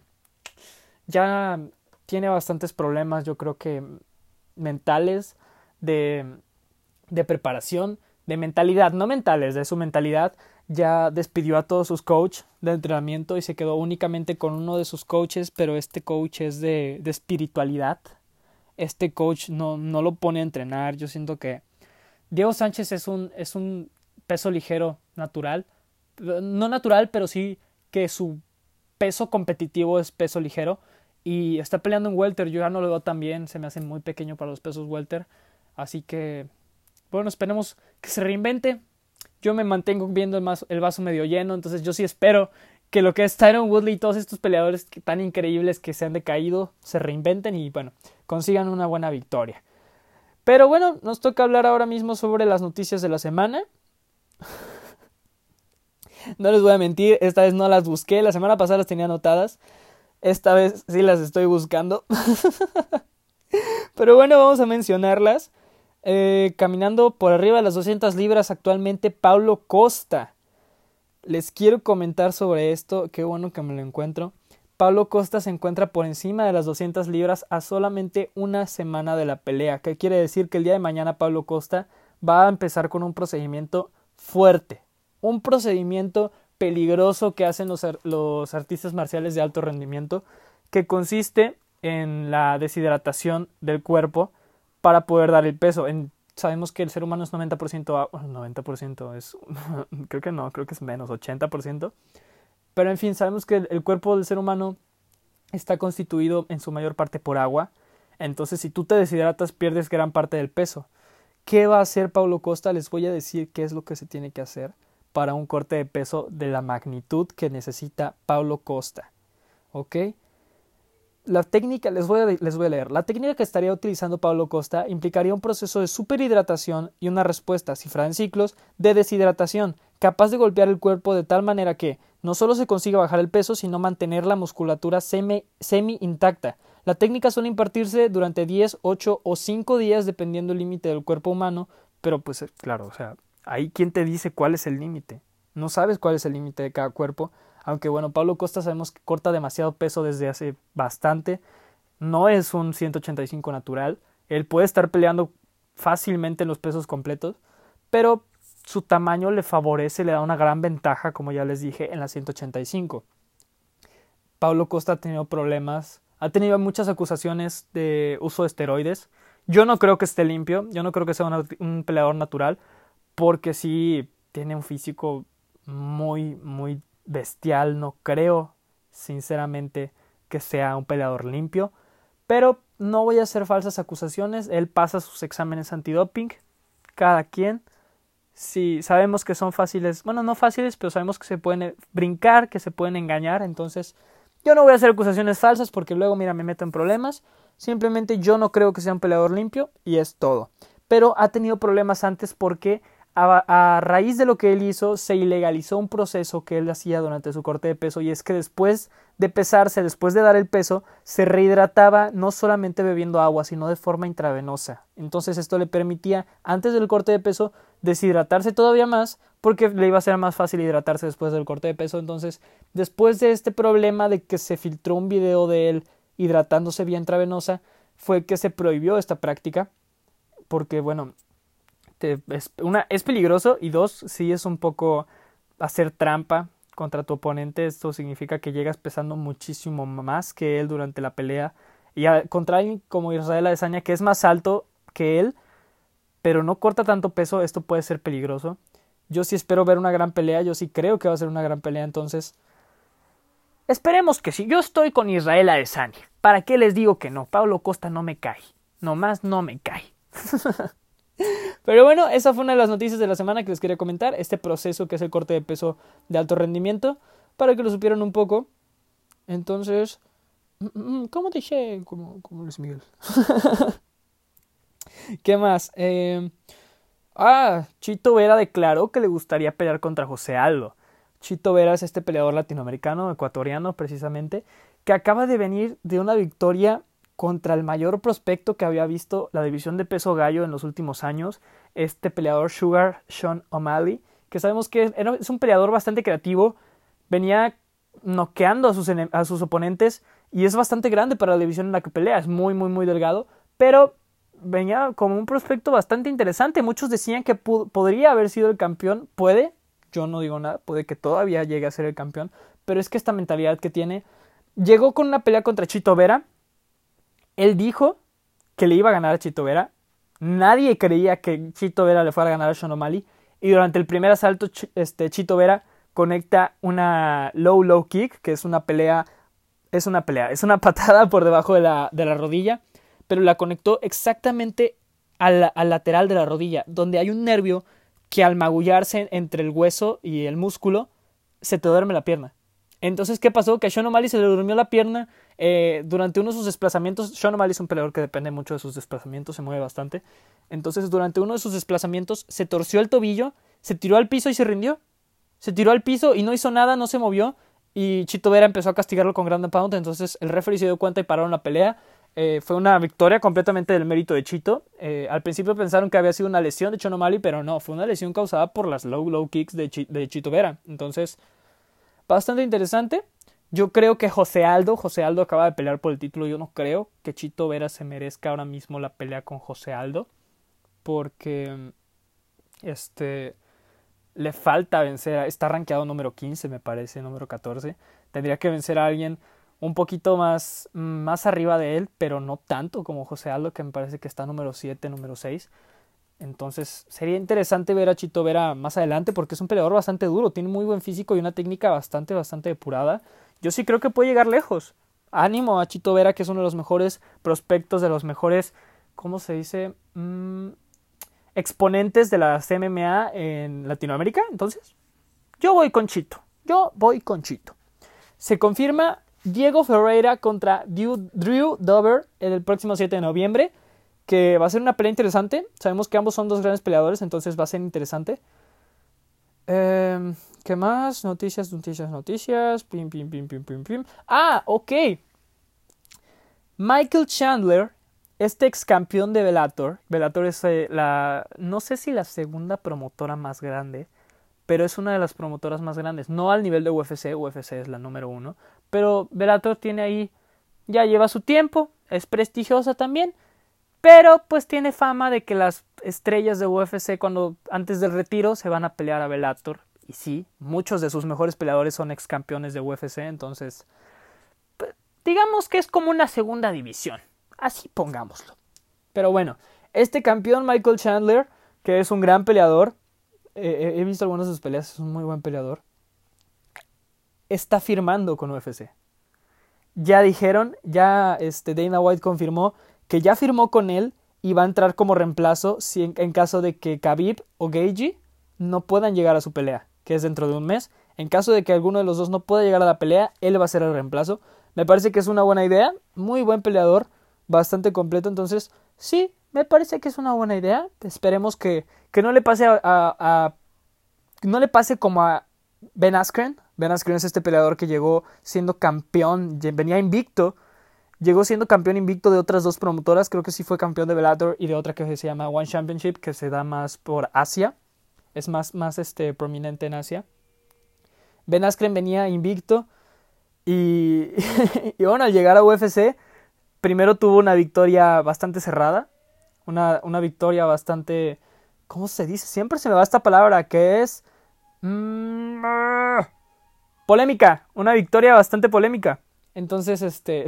ya tiene bastantes problemas, yo creo que mentales, de, de preparación, de mentalidad, no mentales, de su mentalidad. Ya despidió a todos sus coaches de entrenamiento y se quedó únicamente con uno de sus coaches, pero este coach es de, de espiritualidad. Este coach no, no lo pone a entrenar. Yo siento que Diego Sánchez es un, es un peso ligero natural. No natural, pero sí que su peso competitivo es peso ligero. Y está peleando en welter. Yo ya no lo veo tan bien. Se me hace muy pequeño para los pesos welter. Así que, bueno, esperemos que se reinvente. Yo me mantengo viendo el, más, el vaso medio lleno. Entonces yo sí espero que lo que es Tyron Woodley y todos estos peleadores tan increíbles que se han decaído se reinventen y, bueno, consigan una buena victoria. Pero bueno, nos toca hablar ahora mismo sobre las noticias de la semana. No les voy a mentir, esta vez no las busqué. La semana pasada las tenía anotadas. Esta vez sí las estoy buscando. Pero bueno, vamos a mencionarlas. Eh, caminando por arriba de las doscientas libras actualmente, Paulo Costa. Les quiero comentar sobre esto. Qué bueno que me lo encuentro. Paulo Costa se encuentra por encima de las doscientas libras a solamente una semana de la pelea. ¿Qué quiere decir? Que el día de mañana Paulo Costa va a empezar con un procedimiento fuerte. Un procedimiento peligroso que hacen los, los artistas marciales de alto rendimiento, que consiste en la deshidratación del cuerpo para poder dar el peso. En, sabemos que el ser humano es noventa por ciento agua, noventa por ciento es, creo que no, creo que es menos, ochenta por ciento. Pero en fin, sabemos que el, el cuerpo del ser humano está constituido en su mayor parte por agua. Entonces, si tú te deshidratas, pierdes gran parte del peso. ¿Qué va a hacer Paulo Costa? Les voy a decir qué es lo que se tiene que hacer para un corte de peso de la magnitud que necesita Paulo Costa. ¿Ok? La técnica, les voy, a, les voy a leer. La técnica que estaría utilizando Paulo Costa implicaría un proceso de superhidratación y una respuesta cifrada en ciclos de deshidratación, capaz de golpear el cuerpo de tal manera que no solo se consiga bajar el peso, sino mantener la musculatura semi, semi intacta. La técnica suele impartirse durante diez, ocho o cinco días dependiendo del límite del cuerpo humano, pero pues claro, o sea, ahí quién te dice cuál es el límite. No sabes cuál es el límite de cada cuerpo. Aunque bueno, Paulo Costa sabemos que corta demasiado peso desde hace bastante. No es un ciento ochenta y cinco natural. Él puede estar peleando fácilmente en los pesos completos, pero su tamaño le favorece, le da una gran ventaja, como ya les dije, en la ciento ochenta y cinco. Paulo Costa ha tenido problemas, ha tenido muchas acusaciones de uso de esteroides. Yo no creo que esté limpio, yo no creo que sea una, un peleador natural, porque sí tiene un físico muy, muy bestial. No creo, sinceramente, que sea un peleador limpio, pero no voy a hacer falsas acusaciones. Él pasa sus exámenes antidoping, cada quien. Sí, sabemos que son fáciles, bueno, no fáciles, pero sabemos que se pueden brincar, que se pueden engañar. Entonces yo no voy a hacer acusaciones falsas porque luego, mira, me meto en problemas. Simplemente yo no creo que sea un peleador limpio y es todo. Pero ha tenido problemas antes porque A, a raíz de lo que él hizo, se ilegalizó un proceso que él hacía durante su corte de peso, y es que después de pesarse, después de dar el peso, se rehidrataba no solamente bebiendo agua, sino de forma intravenosa. Entonces esto le permitía, antes del corte de peso, deshidratarse todavía más, porque le iba a ser más fácil hidratarse después del corte de peso. Entonces, después de este problema de que se filtró un video de él hidratándose vía intravenosa, fue que se prohibió esta práctica, porque bueno, Te, es, una, es peligroso, y dos, sí es un poco hacer trampa contra tu oponente. Esto significa que llegas pesando muchísimo más que él durante la pelea, y a, contra alguien como Israel Adesanya, que es más alto que él pero no corta tanto peso, esto puede ser peligroso. Yo sí espero ver una gran pelea, yo sí creo que va a ser una gran pelea. Entonces esperemos que sí. Yo estoy con Israel Adesanya. ¿Para qué les digo que no? Paulo Costa no me cae, nomás no me cae. Pero bueno, esa fue una de las noticias de la semana que les quería comentar. Este proceso que es el corte de peso de alto rendimiento, para que lo supieran un poco. Entonces, ¿cómo te dije? Como, como Luis Miguel. ¿Qué más? Eh, ah, Chito Vera declaró que le gustaría pelear contra José Aldo. Chito Vera es este peleador latinoamericano, ecuatoriano precisamente, que acaba de venir de una victoria contra el mayor prospecto que había visto la división de peso gallo en los últimos años, este peleador Sugar Sean O'Malley, que sabemos que es un peleador bastante creativo, venía noqueando a sus, a sus oponentes, y es bastante grande para la división en la que pelea, es muy muy muy delgado, pero venía como un prospecto bastante interesante. Muchos decían que podría haber sido el campeón, puede, yo no digo nada, puede que todavía llegue a ser el campeón, pero es que esta mentalidad que tiene, llegó con una pelea contra Chito Vera. Él dijo que le iba a ganar a Chito Vera. Nadie creía que Chito Vera le fuera a ganar a Sean O'Malley. Y durante el primer asalto, este, Chito Vera conecta una low low kick, que es una pelea, es una pelea, es una patada por debajo de la, de la rodilla, pero la conectó exactamente al, al lateral de la rodilla, donde hay un nervio que al magullarse entre el hueso y el músculo, se te duerme la pierna. Entonces, ¿qué pasó? Que a Sean O'Malley se le durmió la pierna eh, durante uno de sus desplazamientos. Sean O'Malley es un peleador que depende mucho de sus desplazamientos, se mueve bastante. Entonces, durante uno de sus desplazamientos se torció el tobillo, se tiró al piso y se rindió. Se tiró al piso y no hizo nada, no se movió. y Chito Vera empezó a castigarlo con ground and pound, entonces el referee se dio cuenta y pararon la pelea. Eh, fue una victoria completamente del mérito de Chito. Eh, al principio pensaron que había sido una lesión de Sean O'Malley, pero no, fue una lesión causada por las low low kicks de, Ch- de Chito Vera. Entonces, bastante interesante. Yo creo que José Aldo, José Aldo acaba de pelear por el título. Yo no creo que Chito Vera se merezca ahora mismo la pelea con José Aldo, porque este le falta vencer. A, está rankeado número quince, me parece, número catorce. Tendría que vencer a alguien un poquito más, más arriba de él, pero no tanto como José Aldo, que me parece que está número siete, número seis. Entonces sería interesante ver a Chito Vera más adelante, porque es un peleador bastante duro, tiene muy buen físico y una técnica bastante, bastante depurada. Yo sí creo que puede llegar lejos. Ánimo a Chito Vera, que es uno de los mejores prospectos, de los mejores, ¿cómo se dice? Mm, exponentes de las M M A en Latinoamérica. Entonces, yo voy con Chito. Yo voy con Chito. Se confirma Diego Ferreira contra Drew, Drew Dober el próximo siete de noviembre, que va a ser una pelea interesante. Sabemos que ambos son dos grandes peleadores, entonces va a ser interesante. Eh, ¿Qué más? Noticias, noticias, noticias. Pim, pim, pim, pim, pim, pim. Ah, ok. Michael Chandler, este ex campeón de Bellator. Bellator es eh, la, no sé si la segunda promotora más grande, pero es una de las promotoras más grandes. No al nivel de U F C, U F C es la número uno. Pero Bellator tiene ahí, ya lleva su tiempo, es prestigiosa también. Pero pues tiene fama de que las estrellas de U F C cuando antes del retiro se van a pelear a Bellator. Y sí, muchos de sus mejores peleadores son ex campeones de U F C. Entonces, pues, digamos que es como una segunda división. Así pongámoslo. Pero bueno, este campeón Michael Chandler, que es un gran peleador. Eh, he visto algunas de sus peleas, es un muy buen peleador. Está firmando con U F C. Ya dijeron, ya este Dana White confirmó que ya firmó con él y va a entrar como reemplazo si en, en caso de que Khabib o Gaethje no puedan llegar a su pelea, que es dentro de un mes. En caso de que alguno de los dos no pueda llegar a la pelea, él va a ser el reemplazo. Me parece que es una buena idea, muy buen peleador, bastante completo, entonces sí, me parece que es una buena idea. Esperemos que, que no le pase a, a, a no le pase como a Ben Askren. Ben Askren es este peleador que llegó siendo campeón, venía invicto, llegó siendo campeón invicto de otras dos promotoras, creo que sí fue campeón de Bellator y de otra que se llama One Championship, que se da más por Asia, es más, más este, prominente en Asia. Ben Askren venía invicto y, y bueno, al llegar a U F C, primero tuvo una victoria bastante cerrada, una, una victoria bastante, ¿cómo se dice? Siempre se me va esta palabra, que es mmm, polémica, una victoria bastante polémica. Entonces, este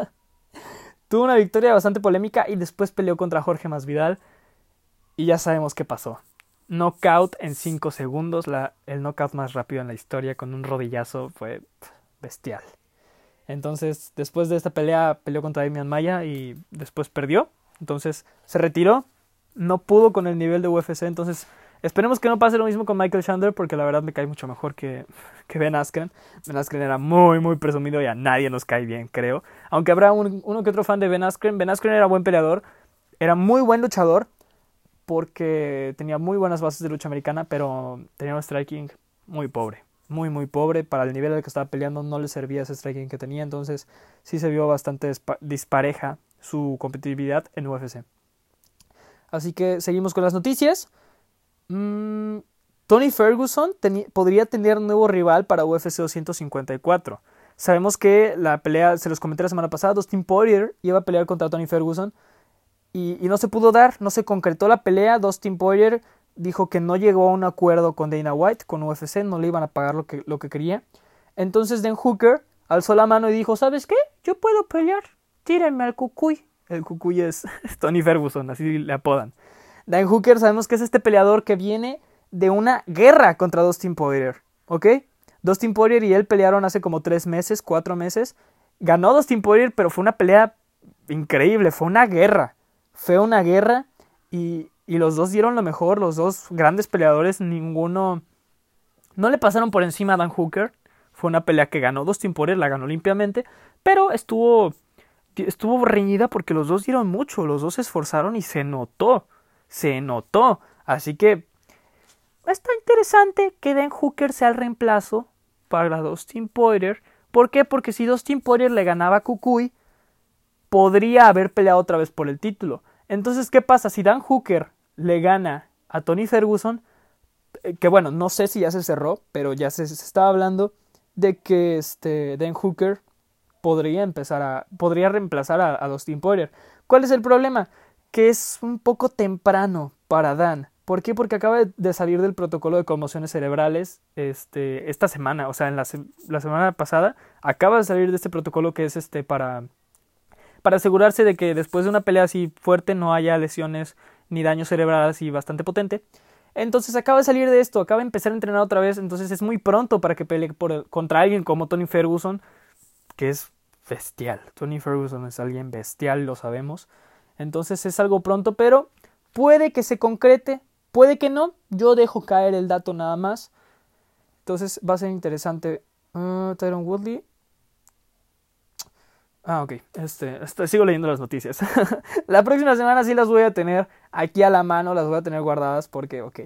tuvo una victoria bastante polémica y después peleó contra Jorge Masvidal y ya sabemos qué pasó. Knockout en cinco segundos, la, el knockout más rápido en la historia con un rodillazo, fue bestial. Entonces, después de esta pelea, peleó contra Demian Maia y después perdió. Entonces, se retiró, no pudo con el nivel de U F C, entonces esperemos que no pase lo mismo con Michael Chandler, porque la verdad me cae mucho mejor que, que Ben Askren. Ben Askren era muy, muy presumido y a nadie nos cae bien, creo. Aunque habrá un, uno que otro fan de Ben Askren. Ben Askren era buen peleador, era muy buen luchador, porque tenía muy buenas bases de lucha americana, pero tenía un striking muy pobre. Muy, muy pobre. Para el nivel al que estaba peleando no le servía ese striking que tenía, entonces sí se vio bastante dispareja su competitividad en U F C. Así que seguimos con las noticias. Mm, Tony Ferguson podría tener un nuevo rival para U F C doscientos cincuenta y cuatro. Sabemos que la pelea, se los comenté la semana pasada, Dustin Poirier iba a pelear contra Tony Ferguson y, y no se pudo dar, no se concretó la pelea. Dustin Poirier dijo que no llegó a un acuerdo con Dana White, con U F C, no le iban a pagar lo que, lo que quería. Entonces Dan Hooker alzó la mano y dijo, ¿sabes qué? Yo puedo pelear, tírenme al cucuy. El cucuy es Tony Ferguson, así le apodan. Dan Hooker sabemos que es este peleador que viene de una guerra contra Dustin Poirier, ¿ok? Dustin Poirier y él pelearon hace como tres meses, cuatro meses. Ganó Dustin Poirier, pero fue una pelea increíble, fue una guerra. Fue una guerra y, y los dos dieron lo mejor, los dos grandes peleadores, ninguno... No le pasaron por encima a Dan Hooker. Fue una pelea que ganó Dustin Poirier, la ganó limpiamente, pero estuvo, estuvo reñida porque los dos dieron mucho, los dos se esforzaron y se notó. Se notó. Así que está interesante que Dan Hooker sea el reemplazo para Dustin Poirier. ¿Por qué? Porque si Dustin Poirier le ganaba a Cucuy, podría haber peleado otra vez por el título. Entonces, ¿qué pasa? Si Dan Hooker le gana a Tony Ferguson, que bueno, no sé si ya se cerró, pero ya se, se estaba hablando de que este Dan Hooker podría empezar a podría reemplazar a, a Dustin Poirier. ¿Cuál es el problema? Que es un poco temprano para Dan. ¿Por qué? Porque acaba de salir del protocolo de conmociones cerebrales este, esta semana, o sea, en la, la semana pasada acaba de salir de este protocolo que es este para, para asegurarse de que después de una pelea así fuerte no haya lesiones ni daño cerebral así bastante potente. Entonces acaba de salir de esto, acaba de empezar a entrenar otra vez, entonces es muy pronto para que pelee por, contra alguien como Tony Ferguson, que es bestial. Tony Ferguson es alguien bestial, lo sabemos. Entonces es algo pronto, pero puede que se concrete, puede que no. Yo dejo caer el dato nada más. Entonces va a ser interesante. Uh, Tyron Woodley. Ah, ok. Este, este, sigo leyendo las noticias. La próxima semana sí las voy a tener aquí a la mano, las voy a tener guardadas porque, ok.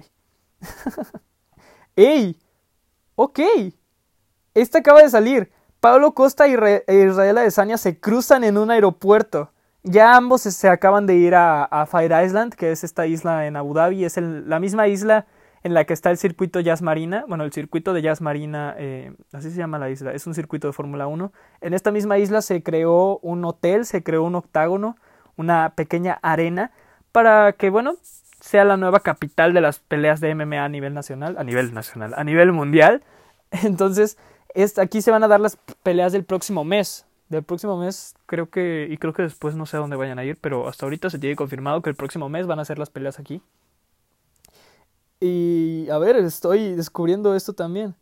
¡Ey! Ok. Esta acaba de salir. Paulo Costa y Israel Adesanya se cruzan en un aeropuerto. Ya ambos se acaban de ir a, a Fire Island, que es esta isla en Abu Dhabi. Es el, la misma isla en la que está el circuito Jazz Marina. Bueno, el circuito de Jazz Marina, eh, así se llama la isla. Es un circuito de Fórmula uno. En esta misma isla se creó un hotel, se creó un octágono, una pequeña arena, para que, bueno, sea la nueva capital de las peleas de M M A a nivel nacional. A nivel nacional, a nivel mundial. Entonces, es, aquí se van a dar las peleas del próximo mes. Del próximo mes, creo que, y creo que después no sé a dónde vayan a ir, pero hasta ahorita se tiene confirmado que el próximo mes van a hacer las peleas aquí. Y, a ver, estoy descubriendo esto también.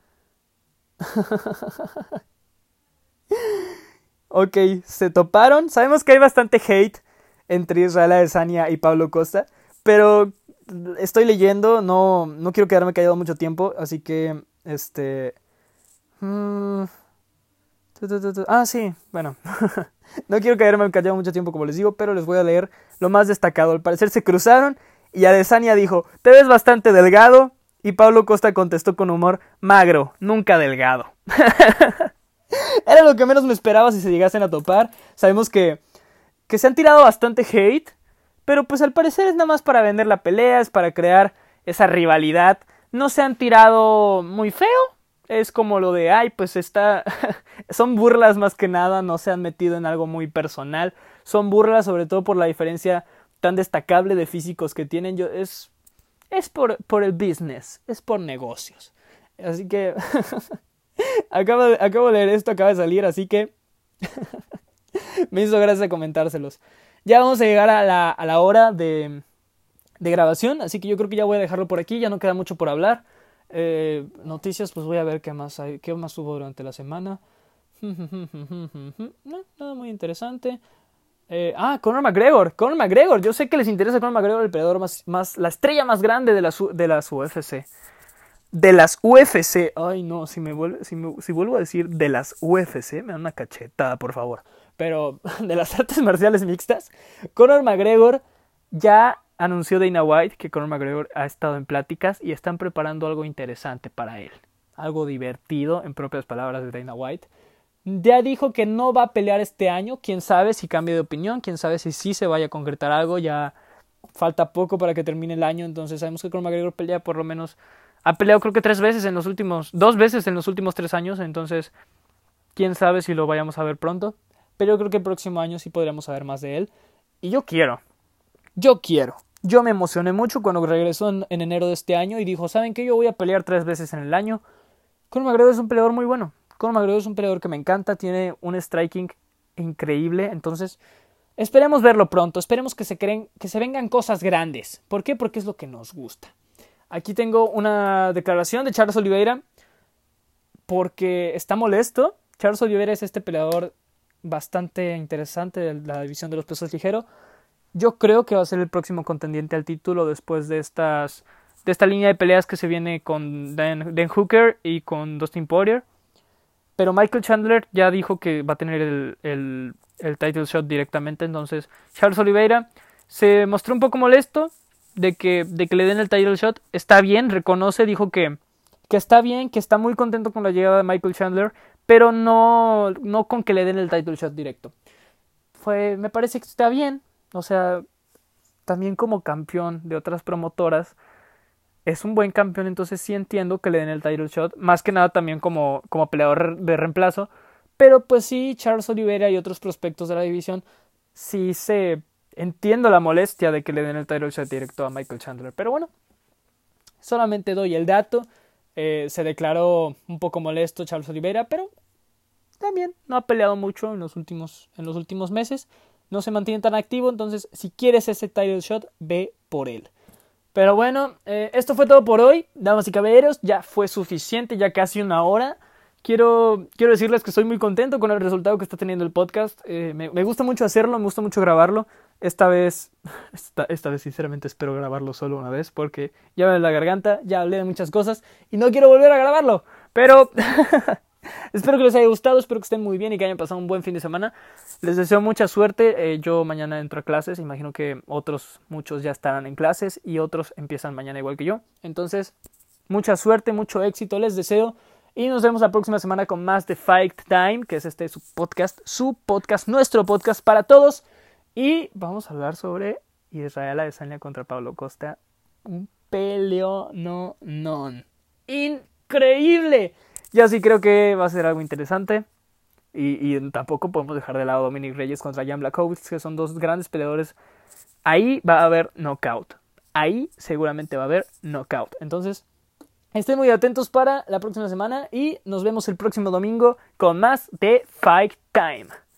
Ok, se toparon. Sabemos que hay bastante hate entre Israel Adesanya y Paulo Costa, pero estoy leyendo, no, no quiero quedarme callado mucho tiempo, así que, este... Hmm... Ah, sí, bueno, no quiero quedarme callado mucho tiempo como les digo, pero les voy a leer lo más destacado. Al parecer se cruzaron y Adesanya dijo, te ves bastante delgado, y Paulo Costa contestó con humor, magro, nunca delgado. Era lo que menos me esperaba si se llegasen a topar. Sabemos que, que se han tirado bastante hate, pero pues al parecer es nada más para vender la pelea, es para crear esa rivalidad. No se han tirado muy feo. Es como lo de, ay, pues está... Son burlas más que nada, no se han metido en algo muy personal. Son burlas sobre todo por la diferencia tan destacable de físicos que tienen. Yo, es es por, por el business, es por negocios. Así que... acabo, de, acabo de leer esto, acaba de salir, así que... me hizo gracia comentárselos. Ya vamos a llegar a la, a la hora de, de grabación, así que yo creo que ya voy a dejarlo por aquí, ya no queda mucho por hablar. Eh, noticias, pues voy a ver qué más hay, qué más hubo durante la semana. No, nada muy interesante. Eh, ah, Conor McGregor, Conor McGregor, yo sé que les interesa Conor McGregor, el peleador más, más, la estrella más grande de las, de las U F C. De las U F C. Ay, no, si me vuelve, si, me, si vuelvo a decir de las U F C, me dan una cachetada, por favor. Pero de las artes marciales mixtas, Conor McGregor ya anunció Dana White que Conor McGregor ha estado en pláticas y están preparando algo interesante para él. Algo divertido, en propias palabras de Dana White. Ya dijo que no va a pelear este año. Quién sabe si cambia de opinión. Quién sabe si sí se vaya a concretar algo. Ya falta poco para que termine el año. Entonces sabemos que Conor McGregor pelea por lo menos... Ha peleado creo que tres veces en los últimos... Dos veces en los últimos tres años. Entonces quién sabe si lo vayamos a ver pronto. Pero yo creo que el próximo año sí podríamos saber más de él. Y yo quiero. Yo quiero. Yo me emocioné mucho cuando regresó en, en enero de este año y dijo, ¿saben qué? Yo voy a pelear tres veces en el año. Conor McGregor es un peleador muy bueno. Conor McGregor es un peleador que me encanta, tiene un striking increíble, entonces esperemos verlo pronto, esperemos que se creen, que se vengan cosas grandes. ¿Por qué? Porque es lo que nos gusta. Aquí tengo una declaración de Charles Oliveira porque está molesto. Charles Oliveira es este peleador bastante interesante de la división de los pesos ligeros. Yo creo que va a ser el próximo contendiente al título después de estas de esta línea de peleas que se viene con Dan, Dan Hooker y con Dustin Poirier. Pero Michael Chandler ya dijo que va a tener el, el, el title shot directamente. Entonces Charles Oliveira se mostró un poco molesto de que, de que le den el title shot. Está bien, reconoce, dijo que, que está bien, que está muy contento con la llegada de Michael Chandler, pero no, no con que le den el title shot directo. Fue, me parece que está bien, o sea, también como campeón de otras promotoras, es un buen campeón, entonces sí entiendo que le den el title shot, más que nada también como, como peleador de reemplazo, pero pues sí, Charles Oliveira y otros prospectos de la división, sí se entiendo la molestia de que le den el title shot directo a Michael Chandler, pero bueno, solamente doy el dato. Eh, se declaró un poco molesto Charles Oliveira, pero también no ha peleado mucho en los últimos, en los últimos meses, no se mantiene tan activo, entonces si quieres ese title shot, ve por él. Pero bueno, eh, esto fue todo por hoy, damas y caballeros, ya fue suficiente, ya casi una hora. Quiero, quiero decirles que estoy muy contento con el resultado que está teniendo el podcast. Eh, me, me gusta mucho hacerlo, me gusta mucho grabarlo. Esta vez, esta, esta vez sinceramente espero grabarlo solo una vez porque ya me duele la garganta, ya hablé de muchas cosas y no quiero volver a grabarlo. Pero espero que les haya gustado, espero que estén muy bien y que hayan pasado un buen fin de semana. Les deseo mucha suerte. Eh, yo mañana entro a clases, imagino que otros, muchos ya estarán en clases y otros empiezan mañana igual que yo. Entonces, mucha suerte, mucho éxito les deseo. Y nos vemos la próxima semana con más de Fight Time, que es este su podcast, su podcast, nuestro podcast para todos. Y vamos a hablar sobre Israel Adesanya contra Paulo Costa. Un peleo no non. Increíble. Yo sí creo que va a ser algo interesante. Y, y tampoco podemos dejar de lado a Dominic Reyes contra Jan Blachowicz, que son dos grandes peleadores. Ahí va a haber knockout. Ahí seguramente va a haber knockout. Entonces, estén muy atentos para la próxima semana y nos vemos el próximo domingo con más de Fight Time.